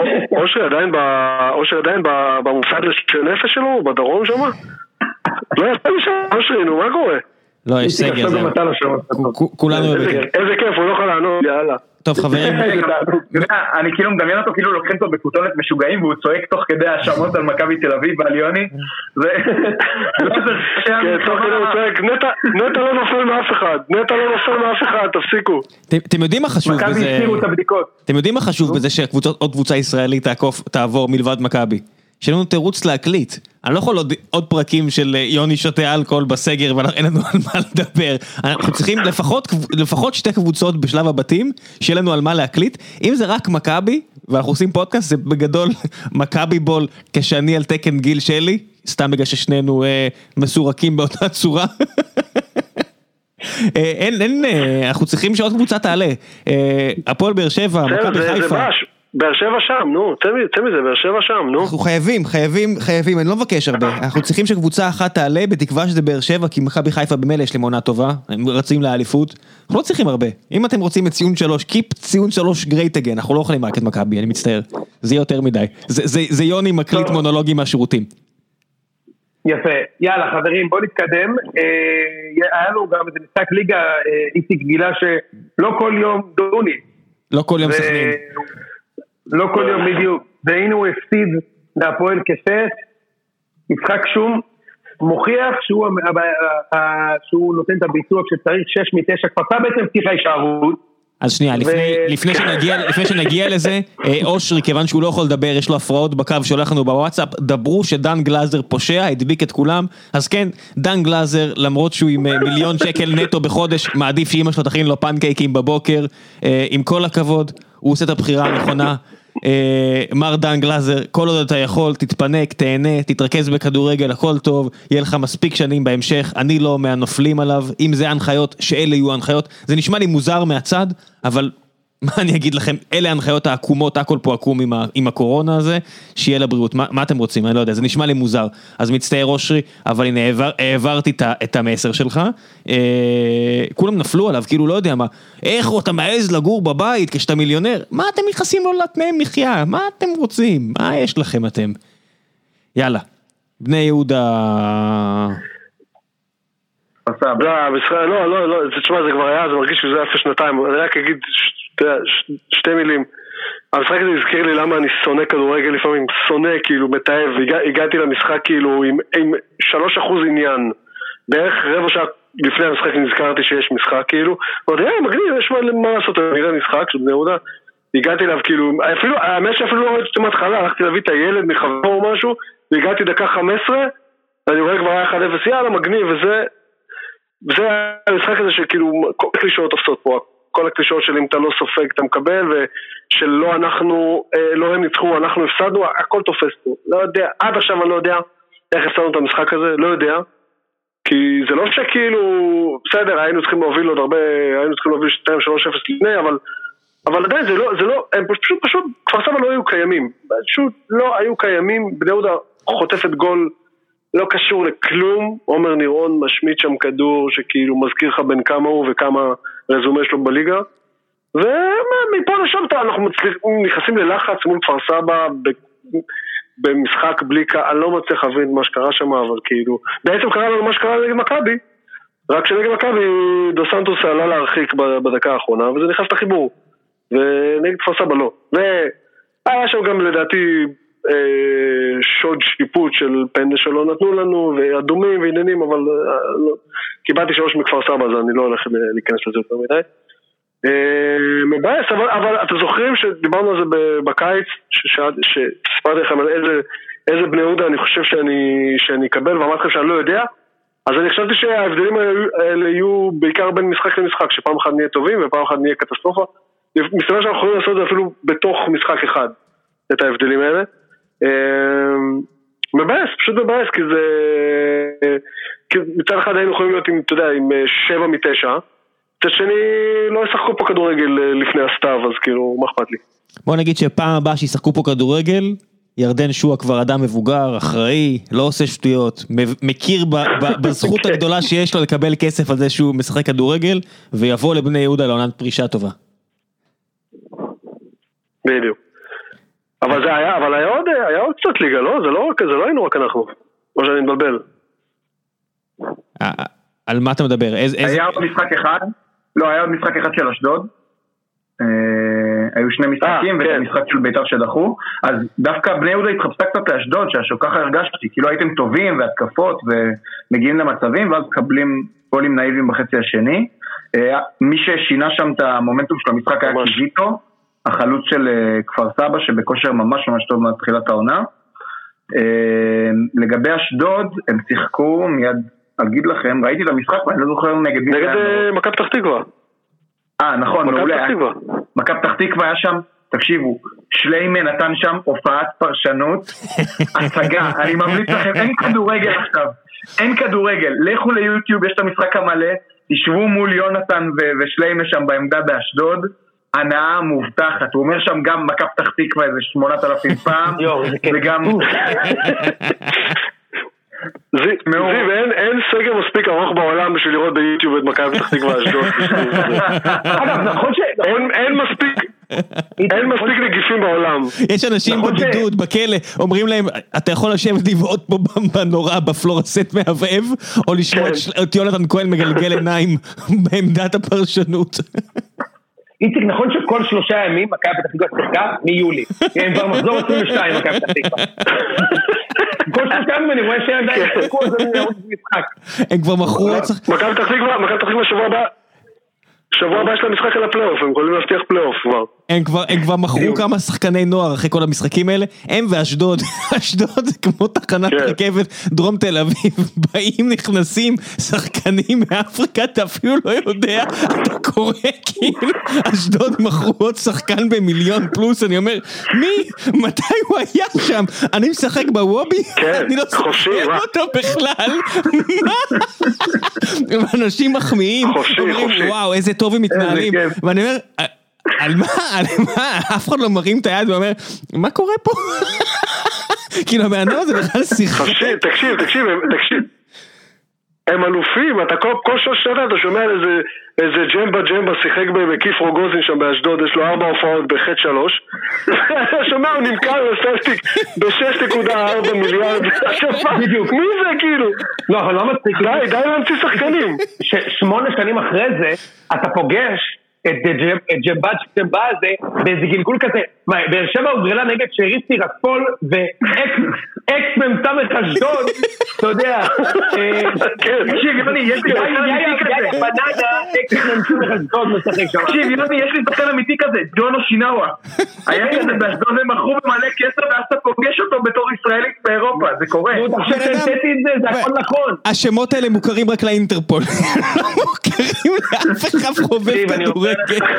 אושר עדיין במוסד לשנפש שלו, בדרום שם? לא יצא לי שם, אושרי, נו, מה קורה? לא, יש סגר, זהו. כולנו בבקר. איזה כיף, הוא לא יכול לענות, יאללה. טוב, חברים. אני כאילו מדמיין אותו, כאילו לוקחים אותו בכותונת משוגעים, והוא צועק תוך כדי האשמות על מכבי תל אביב ועל יוני. כן, תוך כדי הוא צועק, נטע לא נופל מאף אחד, תפסיקו. אתם יודעים מה חשוב בזה? מכבי הסירו את הבדיקות. אתם יודעים מה חשוב בזה שעוד קבוצה ישראלית תעבור מלבד מכבי? שיהיה לנו תירוץ להקליט. אני לא יכול עוד פרקים של יוני שותה אלכוהול בסגר, ואין לנו על מה לדבר. אנחנו צריכים לפחות 2 קבוצות בשלב הבתים, שיהיה לנו על מה להקליט. אם זה רק מכבי, ואנחנו עושים פודקאסט, זה בגדול מכבי בול, כשאני על תקן גיל שלי, סתם בגלל ששנינו מסורקים באותה צורה. אנחנו צריכים שעוד קבוצה תעלה. הפועל באר שבע, מכבי חיפה. באר שבע שם, נו, צא מזה, באר שבע שם, נו. אנחנו חייבים, אני לא מבקש הרבה, אנחנו צריכים שקבוצה אחת תעלה, בתקווה שזה באר שבע, כי מכבי חיפה במילא יש להם עונה טובה, הם רצים לאליפות, אנחנו לא צריכים הרבה, אם אתם רוצים את ציון 3, קיפ ציון 3 גרייט אגן, אנחנו לא יכולים רק את מכבי, אני מצטער, זה יותר מדי, זה יוני מקליט מונולוגים מהשירותים. יפה, יאללה חברים, בוא נתקדם, היה לנו גם איזה משחק ליגה, איציק גילה שלא כל יום דוני. לא כל יום סכנין. לא כל יום בדיוק, והנה הוא הפסיד להפועל כסף, משחק שום, מוכיח שהוא נותן את הביצוע כשצריך 6 מ-9, כבר בעצם פתיחה הישארות. אז שנייה, לפני שנגיע לזה, אושרי, כיוון שהוא לא יכול לדבר, יש לו הפרעות בקו שהולך לנו בוואטסאפ, דברו שדן גלאזר פושע, הדביק את כולם, אז כן, דן גלאזר, למרות שהוא עם 1,000,000 שקל נטו בחודש, מעדיף שאמא שלו תכין לו פנקייקים בבוקר, עם כל הכבוד, הוא עושה את הבחירה הנכונה, מר דן גלאזר, כל עוד אתה יכול, תתפנק, תהנה, תתרכז בכדורגל, הכל טוב, יהיה לך מספיק שנים בהמשך, אני לא מהנופלים עליו, אם זה הנחיות, שאלה יהיו הנחיות, זה נשמע לי מוזר מהצד, אבל מה אני אגיד לכם, אלה ההנחיות העקומות, הכל פה עקום עם הקורונה הזה, שיהיה לבריאות, מה אתם רוצים, אני לא יודע, זה נשמע לי מוזר, אז מצטער אושרי, אבל הנה העברתי את המסר שלך, כולם נפלו עליו, כאילו לא יודע מה, איך אתה מעז לגור בבית כשאתה מיליונר, מה אתם נכנסים לו לתנאי מחיה, מה אתם רוצים, מה יש לכם אתם, יאללה, בני יהודה... לא, תשמע, זה כבר היה, זה מרגיש שזה היה לפני שנתיים, אני רק אגיד שתי מילים. המשחק הזה הזכיר לי למה אני שונא כדורגל לפעמים, שונא כאילו, מתאהב, הגעתי למשחק כאילו עם 3% עניין, בערך רבע שעה לפני המשחק נזכרתי שיש משחק כאילו, אמרתי, מגניב, יש מה לעשות, אני נראה משחק של בני יהודה, הגעתי אליו כאילו, האמת שאפילו לא ראיתי את ההתחלה, הלכתי להביא את הילד מחבר או משהו, והגעתי דקה 15, אני רואה כבר היה 1-0, יאללה מגניב, וזה המשחק הזה שכאילו כל הקלישאות תופסות פה, כל הקלישאות של אם אתה לא סופג אתה מקבל, ושלא אנחנו, לא הם ניצחו, אנחנו הפסדנו, הכל תופס פה, לא יודע, עד עכשיו אני לא יודע איך הפסדנו את המשחק הזה, לא יודע, כי זה לא שכאילו, בסדר, היינו צריכים להוביל עוד הרבה, היינו צריכים להוביל 2-3-0 לפני, אבל עדיין זה לא, הם פשוט, כפר סבא לא היו קיימים, פשוט לא היו קיימים, בני יהודה חוטפת גול, לא קשור לכלום, עומר נירון משמיט שם כדור שכאילו מזכיר לך בין כמה הוא וכמה רזומה שלו בליגה, ומפה לשם אנחנו נכנסים ללחץ מול כפר סבא במשחק בלי אני לא מצליח להבין מה שקרה שם, אבל כאילו בעצם קרה לנו מה שקרה נגד מכבי, רק שנגד מכבי דו סנטוס עלה להרחיק בדקה האחרונה וזה נכנס לחיבור, ונגד כפר סבא לא, והיה שם גם לדעתי שוד שיפוט של פנדל שלא נתנו לנו ואדומים ועניינים, אבל קיבלתי 3 מכפר סבא, אז אני לא הולך להיכנס לזה יותר מדי. מבאס, אבל אתם זוכרים שדיברנו על זה בקיץ, שספרתי לכם על איזה בני יהודה אני חושב שאני אקבל, ואמרתי לכם שאני לא יודע, אז אני חשבתי שההבדלים האלה יהיו בעיקר בין משחק למשחק, שפעם אחת נהיה טובים ופעם אחת נהיה קטסטרופה, מסתבר שאנחנו יכולים לעשות את זה אפילו בתוך משחק אחד, את ההבדלים האלה. מבאס, פשוט מבאס, כי זה מצד אחד היינו יכולים להיות עם, אתה יודע, עם 7 מ-9, מצד שני לא ישחקו פה כדורגל לפני הסתיו, אז כאילו, מה אכפת לי? בוא נגיד שפעם הבאה שישחקו פה כדורגל, ירדן שועה כבר אדם מבוגר, אחראי, לא עושה שטויות, מכיר בזכות הגדולה שיש לו לקבל כסף על זה שהוא משחק כדורגל, ויבוא לבני יהודה לעונת פרישה טובה. בדיוק. אבל זה היה, היה עוד קצת ליגה, לא? זה לא היינו רק אנחנו. או שאני מתבלבל. על מה אתה מדבר? היה עוד משחק אחד? לא, היה עוד משחק אחד של אשדוד. היו 2 משחקים, וזה משחק של בית"ר שדחו. אז דווקא בני יהודה התחפשה קצת לאשדוד, שככה הרגשתי, כאילו הייתם טובים והתקפות, ומגיעים למצבים, ואז קבלים גולים נאיבים בחצי השני. מי ששינה שם את המומנטום של המשחק היה קיזיטו, החלוץ של כפר סבא שבכושר ממש ממש טוב מתחילת העונה. לגבי אשדוד הם שיחקו, מיד אגיד לכם, ראיתי את המשחק ואני לא זוכר נגד מכבי פתח תקווה. נכון, מעולה. מכבי פתח תקווה היה שם, תקשיבו, שליימן נתן שם הופעת פרשנות, הצגה, אני ממליץ לכם, אין כדורגל עכשיו, אין כדורגל, לכו ליוטיוב, יש את המשחק המלא, תשבו מול יונתן ושליימן שם בעמדה באשדוד, הנאה מובטחת, הוא אומר שם גם מכבי פתח תקווה איזה 8,000 פעם, וגם... זיו, אין סגר מספיק ארוך בעולם בשביל לראות ביוטיוב את מכבי פתח תקווה אשדוד. אגב, נכון אין מספיק נגיפים בעולם. יש אנשים בבידוד, בכלא, אומרים להם, אתה יכול לשבת לבעוט פה בנורא, בפלורסט מהבהב, או לשמוע את יונתן כהן מגלגל עיניים בעמדת הפרשנות. איציק, נכון שכל 3 ימים מכבי פתח תקווה שיחקה מיולי. הם כבר מחזור 22 מכבי פתח תקווה. כל 3 ימים אני רואה שהם די יחקו, אז אני רואה משחק. הם כבר מכרו... מכבי פתח תקווה שבוע הבא יש לה משחק על הפלייאוף, הם יכולים להבטיח פלייאוף כבר. הם כבר מכרו כמה שחקני נוער אחרי כל המשחקים האלה, הם ואשדוד, אשדוד זה כמו תחנת רכבת דרום תל אביב, באים נכנסים שחקנים מאפריקה, אתה אפילו לא יודע, אתה קורא כאילו, אשדוד מכרו עוד שחקן ב1,000,000 פלוס, אני אומר, מי? מתי הוא היה שם? אני משחק בוובי? אני לא סופר אותו בכלל, מה? אנשים מחמיאים, אומרים וואו איזה טוב הם מתנהלים, ואני אומר, על מה? אף אחד לא מרים את היד ואומר, מה קורה פה? כאילו, הבאנון זה בכלל שיחה. תקשיב. הם אלופים, אתה כל שנה אתה שומע איזה ג'מבה שיחק בכיף רוגוזין שם באשדוד, יש לו 4 הופעות ב-3, אתה שומע, הוא נמכר לסטטיק ב$6.4 מיליארד, בדיוק, מי זה כאילו? לא, אבל לא מצחיק. די להמציא שחקנים. 8 שנים אחרי זה, אתה פוגש את ג'מבה הזה באיזה גלגול כזה, באר שבע הוגרלה נגד שריסטי רספול ואקס ממסמך אשדוד, אתה יודע, תקשיב יוני, יש לי שחקן אמיתי כזה, בננה אקס ממסמך אשדוד משחק שם. תקשיב יוני, יש לי שחקן אמיתי כזה, ג'ונו שינאווה, היה כזה באשדוד, הם מכרו במלא כסף ואז אתה פוגש אותו בתור ישראלית באירופה, זה קורה. זה הכל נכון. השמות האלה מוכרים רק לאינטרפול, לא מוכרים לאף אחד חובב כדורגל.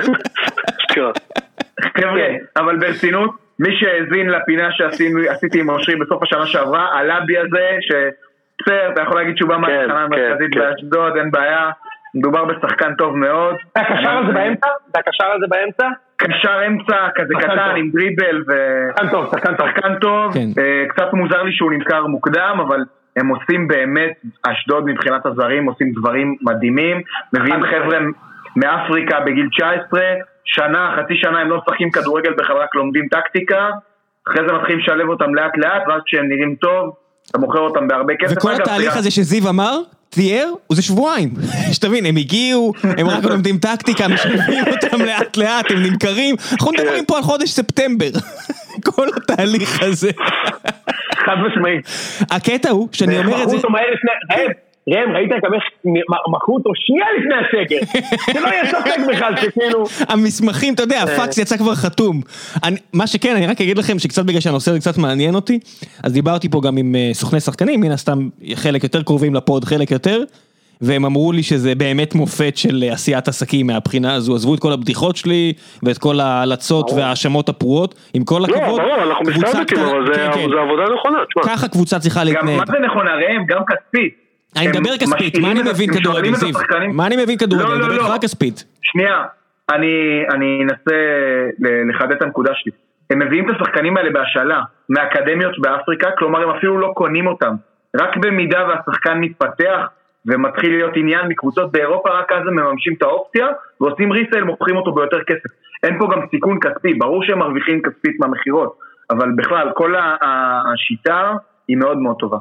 חבר'ה, אבל ברצינות, מי שהזין לפינה שעשיתי עם אושרי בסוף השנה שעברה, הלאבי הזה, שצר, אתה יכול להגיד שהוא בא מהתחנה המרכזית באשדוד, אין בעיה, מדובר בשחקן טוב מאוד. הקשר הזה באמצע? קשר אמצע, כזה קטן עם דריבל שחקן טוב, קצת מוזר לי שהוא נמכר מוקדם, אבל הם עושים באמת, אשדוד מבחינת הזרים, עושים דברים מדהימים, מביאים חבר'ה מאפריקה בגיל 19, חצי שנה הם לא משחקים כדורגל בכלל, רק לומדים טקטיקה, אחרי זה מתחילים לשלב אותם לאט לאט, ואז כשהם נראים טוב, אתה מוכר אותם בהרבה כסף. וכל התהליך הזה שזיו אמר, תיאר, זה שבועיים. שתבין, הם הגיעו, הם רק לומדים טקטיקה, משלבים אותם לאט לאט, הם נמכרים, אנחנו מדברים פה על חודש ספטמבר. כל התהליך הזה. חד משמעי. הקטע הוא, שאני אומר את זה... ראם, ראית גם איך מכרו אותו שנייה לפני הסגר, שלא יהיה ספק בכלל שכאילו... המסמכים, אתה יודע, הפקס יצא כבר חתום. מה שכן, אני רק אגיד לכם שקצת בגלל שהנושא הזה קצת מעניין אותי, אז דיברתי פה גם עם סוכני שחקנים, מן הסתם חלק יותר קרובים לפוד, חלק יותר, והם אמרו לי שזה באמת מופת של עשיית עסקים מהבחינה הזו, עזבו את כל הבדיחות שלי, ואת כל ההלצות והאשמות הפרועות, עם כל הכבוד... לא, ברור, אנחנו מסתלבטים, אבל זה עבודה נכונה. ככה קבוצה צריכה להתנהג. מה זה נכונה, ראם? גם כספית. אני מדבר כספית, מה אני מבין כדורגל, זיו? מה אני מבין כדורגל? אני מדבר רק כספית. שנייה, אני אנסה לחדד את הנקודה שלי. הם מביאים את השחקנים האלה בהשאלה, מהאקדמיות באפריקה, כלומר הם אפילו לא קונים אותם. רק במידה והשחקן מתפתח ומתחיל להיות עניין מקבוצות באירופה, רק אז הם מממשים את האופציה, ועושים ריסייל, מוכרים אותו ביותר כסף. אין פה גם סיכון כספי, ברור שהם מרוויחים כספית מהמחירות, אבל בכלל, כל השיטה היא מאוד מאוד טובה.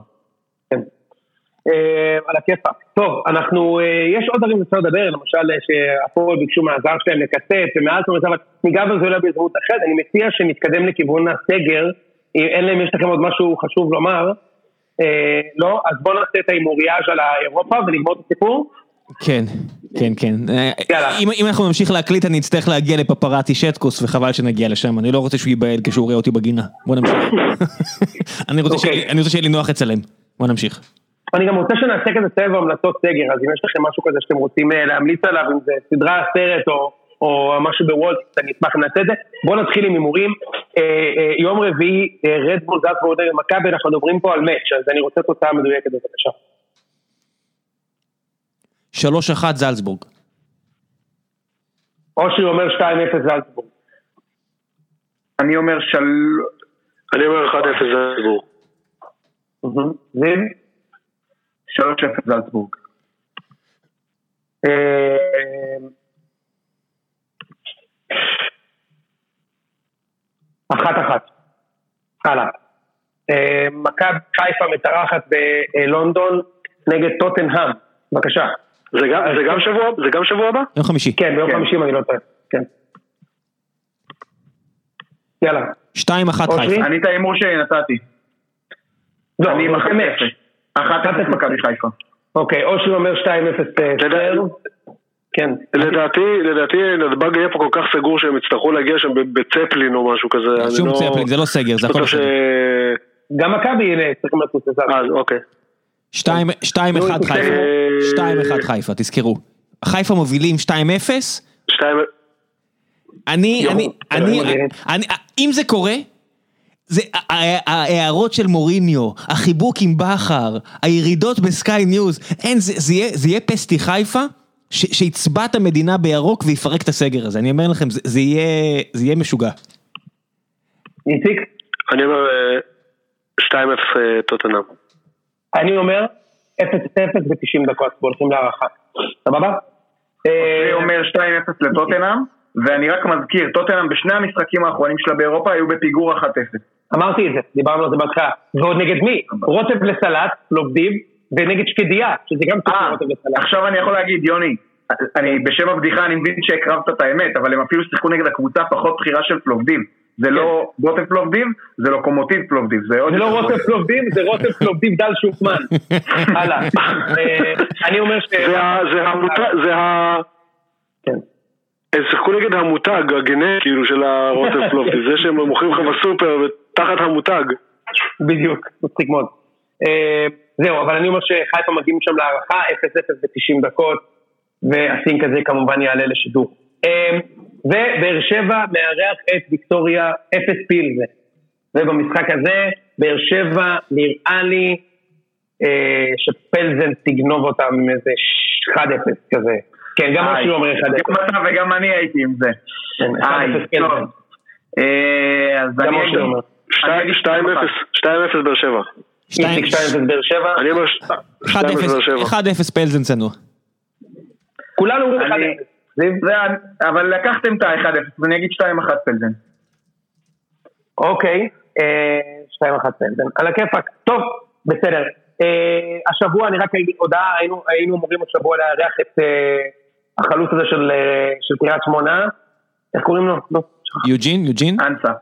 על הכיפה. טוב, יש עוד דברים שצריך לדבר, למשל שהפועל ביקשו מהזר שלהם לקצץ, ומאז אבל ניגע בזה אולי בהזדמנות אחרת, אני מציע שנתקדם לכיוון הסגר, אין להם, יש לכם עוד משהו חשוב לומר, לא? אז בואו נעשה את ההימורייז' על האירופה ונגמור את הסיפור. כן. אם אנחנו נמשיך להקליט, אני אצטרך להגיע לפפראטי שטקוס, וחבל שנגיע לשם, אני לא רוצה שהוא ייבהל כשהוא רואה אותי בגינה. בוא נמשיך. אני רוצה שיהיה לי נוח אצלם. בוא נמשיך. אני גם רוצה שנעשה כזה סבב המלצות סגר, אז אם יש לכם משהו כזה שאתם רוצים להמליץ עליו, אם זה סדרה, סרט או משהו בוולט, אני אשמח לנעשה את זה. בואו נתחיל עם הימורים. יום רביעי, רדבול זלצבורג נגד מכבי, אנחנו מדברים פה על מאץ', אז אני רוצה תוצאה מדויקת בבקשה. 3-1 זלצבורג. אושרי אומר 2-0 זלצבורג. אני אומר 1-0 זלצבורג. זיו? 3-0 זלצבורג. 1-1. הלאה. מכבי חיפה מתארחת בלונדון נגד טוטנהאם. בבקשה. זה גם שבוע הבא? יום חמישי. כן, ביום חמישי אני לא טועה. כן. יאללה. 2-1 חיפה. אני את האימור שלי נתתי. אני עם 1-0 מכבי חיפה. אוקיי, אושרי אומר 2-0 סטר. כן. לדעתי נתב"ג יהיה פה כל כך סגור שהם יצטרכו להגיע שם בצפלין או משהו כזה. שום צפלין, זה לא סגר, זה הכל סגר. גם מכבי צריכים לטוס לזה. אוקיי. 2-1 חיפה. 2-1 חיפה, תזכרו. חיפה מובילים 2-0. אם זה קורה, ההערות של מוריניו, החיבוק עם בחר, הירידות בסקאי ניוז, זה יהיה פסטי חיפה, שיצבע את המדינה בירוק ויפרק את הסגר הזה. אני אומר לכם, זה יהיה משוגע. ניציק? אני אומר 2-0 טוטנהאם. אני אומר 0-0 ב-90 דקות, הולכים להערכה. סבבה? אני אומר 2-0 לטוטנהאם, ואני רק מזכיר, טוטנהאם בשני המשחקים האחרונים שלה באירופה היו בפיגור 1-0. אמרתי את זה, דיברנו על זה בהתחלה. ועוד נגד מי? רוטב לסלט, לובדיב, ונגד שקדיה, שזה גם רוטב לסלט. עכשיו אני יכול להגיד, יוני, בשם הבדיחה אני מבין שהקרבת את האמת, אבל הם אפילו שיחקו נגד הקבוצה פחות בחירה של פלובדיב. זה לא רוטב פלובדיב, זה לוקומוטיב פלובדיב. זה לא רוטב פלובדיב, זה רוטב פלובדיב דל שופמן. הלאה. אני אומר ש... הם שיחקו נגד המותג, הגנט כאילו של הרוטב פלובדיב, זה שהם מוכרים לך בסופר ותחת המותג. בדיוק, מצחיק מאוד. זהו, אבל אני אומר שחיפה מגיעים שם להערכה, 0-0 ב-90 דקות, והסינק הזה כמובן יעלה לשידור. ובאר שבע מארח את ויקטוריה 0 פילזה. ובמשחק הזה, באר שבע נראה לי שפלזן תגנוב אותם עם איזה 1-0 כזה. כן, גם אושרי אומר 1-0. גם אתה וגם אני הייתי עם זה. 1-0 טוב. אז אני אומר 2-0 באר שבע. 2-0 באר שבע. אני אומר 1-0 פלזן צנוע. כולנו אומרים 1-0. אבל לקחתם את ה-1-0, ואני אגיד 2-1 פלזן. אוקיי, 2-1 פלזן. על הכיפק. טוב, בסדר. השבוע אני רק אגיד הודעה, היינו אמורים השבוע לארח את החלוץ הזה של קריית שמונה. איך קוראים לו? יוג'ין? אנסה.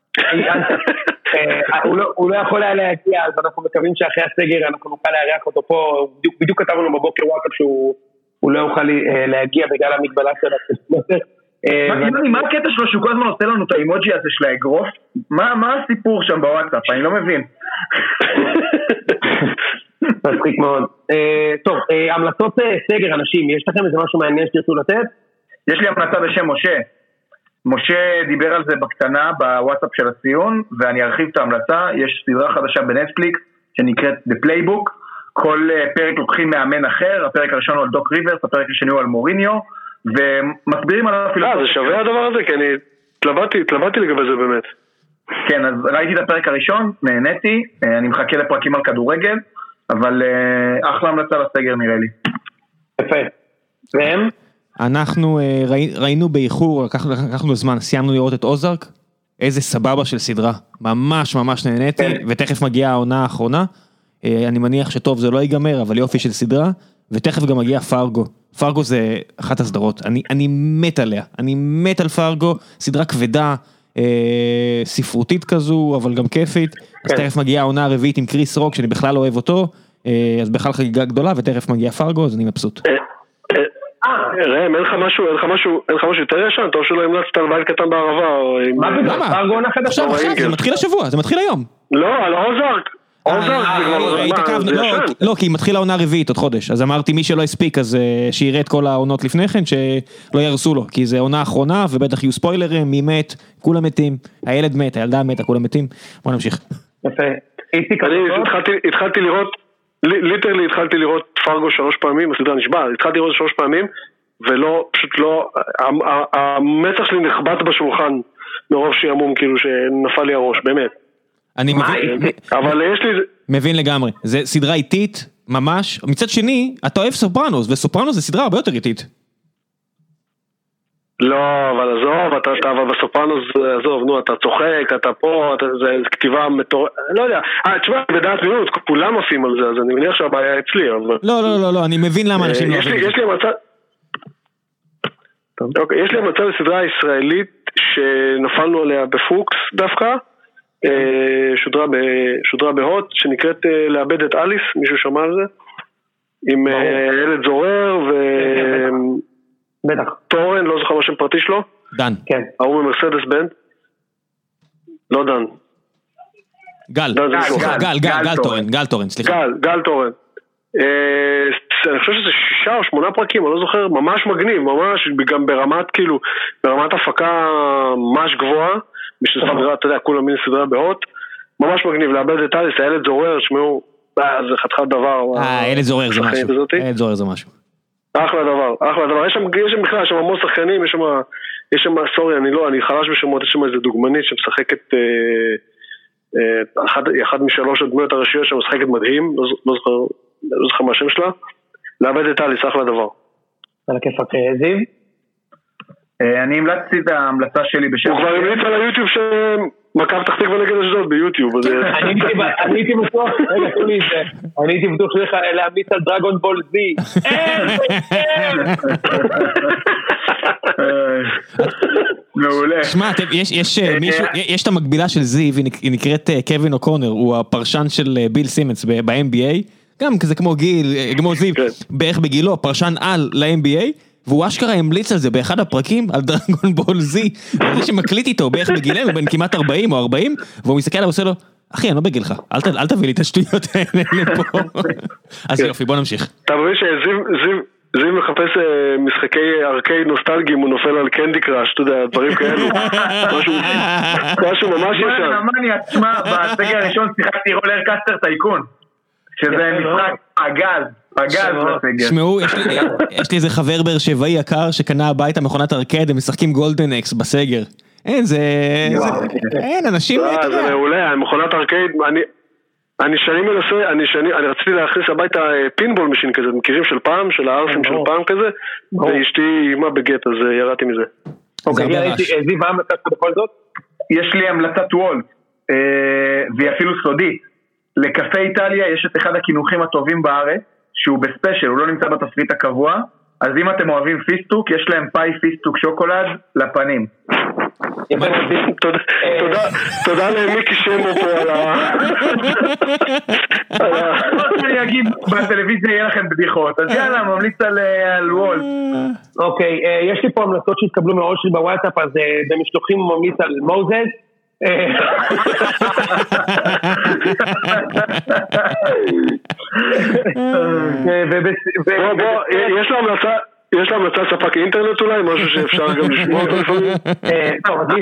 הוא לא יכול היה להגיע, אז אנחנו מקווים שאחרי הסגר אנחנו נוכל לארח אותו פה. בדיוק כתבנו בבוקר וואטסאפ שהוא לא יוכל להגיע בגלל המגבלה של הסמסטר. מה הקטע שלו שהוא כל הזמן עושה לנו את האימוג'י הזה של האגרוף? מה הסיפור שם בוואטסאפ? אני לא מבין. מצחיק מאוד. טוב, המלצות סגר אנשים, יש לכם איזה משהו מעניין שתרצו לתת? יש לי המלצה בשם משה. משה דיבר על זה בקטנה בוואטסאפ של הציון, ואני ארחיב את ההמלצה. יש סדרה חדשה בנטפליקס שנקראת The Playbook. כל פרק לוקחים מאמן אחר, הפרק הראשון הוא על דוק ריברס, הפרק השני הוא על מוריניו, ומסבירים על הפילוסופיה. זה שווה הדבר הזה, כי אני התלבטתי לגבי זה באמת. כן, אז ראיתי את הפרק הראשון, נהניתי, אני מחכה לפרקים על כדורגל, אבל אחלה המלצה לסגר נראה לי. יפה. והם? אנחנו ראינו באיחור, לקחנו זמן, סיימנו לראות את אוזרק, איזה סבבה של סדרה, ממש ממש נהניתי, ותכף מגיעה העונה האחרונה, אני מניח שטוב זה לא ייגמר, אבל יופי של סדרה, ותכף גם מגיע פארגו. פארגו זה אחת הסדרות, אני מת עליה, אני מת על פארגו, סדרה כבדה, ספרותית כזו, אבל גם כיפית, אז תכף מגיעה העונה הרביעית עם קריס רוק, שאני בכלל אוהב אותו, אז בכלל חגיגה גדולה, ותכף מגיע פארגו, אז אני מבסוט. ראם, אין לך משהו יותר ישן? אתה חושב לא המלצת על בית קטן בערבה? מה? פארגו עונה חדשה? עכשיו, זה מתחיל השבוע, זה מתחיל היום. לא, על אוזרק. לא, כי היא מתחילה העונה רביעית עוד חודש, אז אמרתי מי שלא הספיק אז שיראה את כל העונות לפני כן שלא ירסו לו, כי זה עונה האחרונה ובטח יהיו ספוילרים, מי מת, כולם מתים, הילד מת, הילדה מתה, כולם מתים. בוא נמשיך. יפה. אני התחלתי לראות, ליטרלי התחלתי לראות פארגו 3 פעמים, הסדרה נשבע, התחלתי לראות 3 פעמים ולא, פשוט לא, המצח שלי נחבט בשולחן מרוב שימום, כאילו שנפל לי הראש, באמת. אני מבין, אבל יש לי... מבין לגמרי, זה סדרה איטית, ממש, מצד שני, אתה אוהב סופרנוס, וסופרנוס זה סדרה הרבה יותר איטית. לא, אבל עזוב, אבל בסופרנוס, עזוב, נו, אתה צוחק, אתה פה, זה כתיבה לא יודע, תשמע, בדעת מינות, כולם עושים על זה, אז אני מניח שהבעיה אצלי, אבל... לא, אני מבין למה אנשים לא אוהבים. יש לי מצב... יש לי מצב בסדרה הישראלית שנפלנו עליה בפוקס דווקא, שודרה בהוט, שנקראת לאבד את אליס, מישהו שמע על זה? עם ילד זורר ו... בטח. טורן, לא זוכר מה שם פרטי שלו? דן. כן. ההוא ממרסדס בנד? לא דן. גל טורן, סליחה. גל טורן. אני חושב שזה 6 או 8 פרקים, אני לא זוכר, ממש מגניב, ממש, גם ברמת כאילו, ברמת הפקה ממש גבוהה, בשביל סדרה, אתה יודע, כולם מין סדרה בהוט, ממש מגניב, לאבד את אליס, הילד זורר, שמעו, זה חתיכת דבר. הילד זורר זה משהו. אחלה דבר, יש שם בכלל, יש שם המון שחקנים, יש שם, סורי, אני חלש בשמות, יש שם איזה דוגמנית שמשחקת, אחד משלוש הדמויות הראשיות שמשחקת מדהים, לא זוכר מה השם שלה, לאבד את אליס, אחלה דבר. על הכיפק, זיו? אני המלצתי את ההמלצה שלי בשם... הוא כבר המליץ על היוטיוב שמכבי פתח תקווה נגד אשדוד ביוטיוב. אני הייתי בטוח, רגע, תנו לי את זה, אני הייתי בטוח שלך להמליץ על דרגון בול זי. מעולה. שמע, יש את המקבילה של זיו, היא נקראת קווין אוקונר, הוא הפרשן של ביל סימנס ב-NBA, גם כזה כמו זיו, בערך בגילו, פרשן על ל-NBA, והוא אשכרה המליץ על זה באחד הפרקים, על דרגון בול זי, וזה שמקליט איתו בערך בגילנו, בין כמעט 40 או 40, והוא מסתכל עליו ועושה לו, אחי, אני לא בגילך, אל תביא לי את השטויות האלה פה. אז יופי, בוא נמשיך. אתה מבין שזיו מחפש משחקי ארקייד נוסטלגיים, הוא נופל על קנדי קראש, אתה יודע, דברים כאלו. משהו ממש ישן. אני עצמה, בסגר הראשון שיחקתי רולר קאסטר טייקון, שזה משחק פגז בסגר. שמעו, יש לי איזה חבר באר שבעי יקר שקנה הביתה מכונת ארקייד, הם משחקים גולדן אקס בסגר. אין, אין, אנשים... זה מעולה, מכונת ארקייד, אני רציתי להכניס הביתה פינבול משין כזה, מכירים של פעם, של הארסים של פעם כזה, ואשתי אימה בגט, אז ירדתי מזה. אוקיי, זיו, מה המלצת בכל זאת? יש לי המלצת וולט, והיא אפילו סודית. לקפה איטליה יש את אחד הכינוחים הטובים בארץ, שהוא בספיישל, הוא לא נמצא בתפריט הקבוע, אז אם אתם אוהבים פיסטוק, יש להם פאי פיסטוק שוקולד לפנים. תודה למיקי שמו פה על אני אגיד, בטלוויזיה יהיה לכם בדיחות, אז יאללה, ממליץ על וולט. אוקיי, יש לי פה המלצות שהתקבלו מאוד שלי בוואטסאפ, אז במשלוחים הוא ממליץ על מוזס. יש לה המלצה ספק אינטרנט אולי, משהו שאפשר גם לשמוע אותו לפעמים. טוב, אז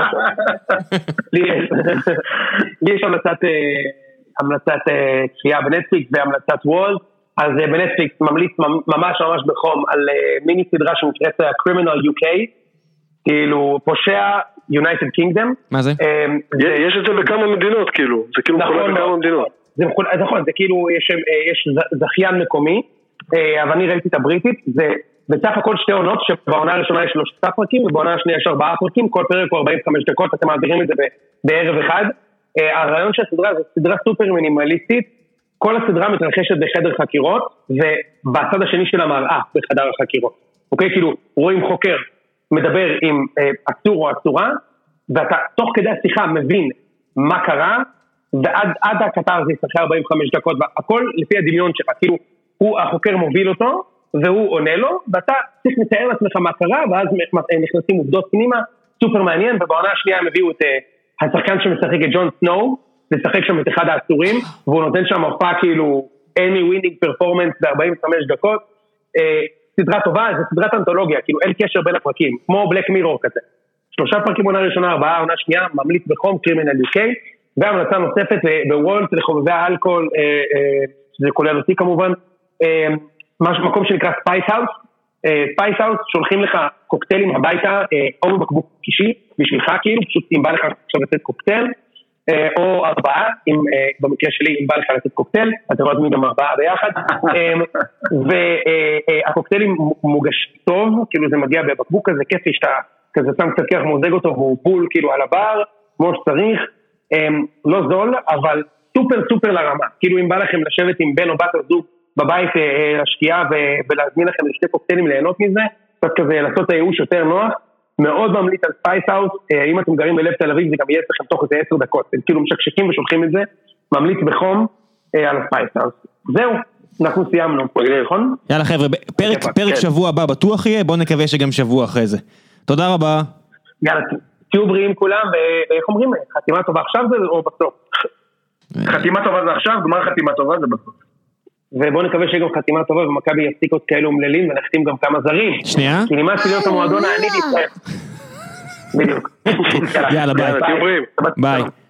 לי יש המלצת צפייה בנטפליקס והמלצת וולט, אז בנטפליקס ממליץ ממש בחום על מיני סדרה שנקראת Criminal UK, כאילו פושע United Kingdom. מה זה? יש את זה בכמה מדינות כאילו, זה כאילו מחולק בכמה מדינות. נכון, זה כאילו יש זכיין מקומי, אבל אני ראיתי את הבריטית, זה בסך הכל 2 עונות שבעונה הראשונה יש 3 פרקים ובעונה השנייה יש 4 פרקים, כל פרק הוא 45 דקות, אתם מעבירים את זה בערב אחד. הרעיון של הסדרה זה סדרה סופר מינימליסטית, כל הסדרה מתרחשת בחדר חקירות ובצד השני של המראה בחדר החקירות, אוקיי? כאילו רואים חוקר מדבר עם עצור או עצורה, ואתה תוך כדי השיחה מבין מה קרה, ועד הקטר זה יצטרך 45 דקות, והכל לפי הדמיון שלך, כאילו החוקר מוביל אותו, והוא עונה לו, ואתה צריך לתאר לעצמך מה קרה, ואז נכנסים עובדות פנימה, סופר מעניין, ובעונה השנייה הם הביאו את השחקן שמשחק את ג'ון סנואו, לשחק שם את אחד העצורים, והוא נותן שם הופעה כאילו, Emmy winning performance ב-45 דקות, סדרה טובה, זה סדרת אנתולוגיה, כאילו אין קשר בין הפרקים, כמו בלק מירור כזה. 3 פרקים עונה ראשונה, 4 עונה שנייה, ממליץ בחום, קרימינל UK, והמלצה נוספת בוולט לחובבי האלכוהול, שזה כולל אותי כמובן, מקום שנקרא ספייס האוס, ספייס האוס שולחים לך קוקטיילים הביתה, או בבקבוק אישי, בשבילך כאילו, פשוט אם בא לך עכשיו לתת קוקטייל, או 4, במקרה שלי אם בא לך לתת קוקטייל, אתה רואה גם 4 ביחד, והקוקטיילים מוגש טוב, כאילו זה מגיע בבקבוק כזה כיפי, שאתה כזה שם קצת כך מוזג אותו, והוא בול כאילו על הבר, כמו שצריך, לא זול, אבל סופר לרמה, כאילו אם בא לכם לשבת עם בן או בת הזוג, בבית השקיעה ולהזמין לכם לשתי קוקטיילים ליהנות מזה, קצת כזה לעשות את הייאוש יותר נוח, מאוד ממליץ על ספייס האוס, אם אתם גרים בלב תל אביב זה גם יהיה לכם תוך איזה 10 דקות, אתם כאילו משקשקים ושולחים את זה, ממליץ בחום על הספייס האוס. זהו, אנחנו סיימנו, נכון? יאללה חבר'ה, פרק שבוע הבא בטוח יהיה, בואו נקווה שגם שבוע אחרי זה. תודה רבה. יאללה, תהיו בריאים כולם, ואיך אומרים, חתימה טובה עכשיו זה או בסוף? חתימה טובה זה עכשיו, גמר חתימה טובה זה בסוף. ובואו נקווה שיהיה גם חתימה טובה, ומכבי יפסיק עוד כאלו מללים, ונחתים גם כמה זרים. שנייה. כי נמאס להיות המועדון העני בישראל. בדיוק. יאללה, ביי. תהיו בריאים. ביי.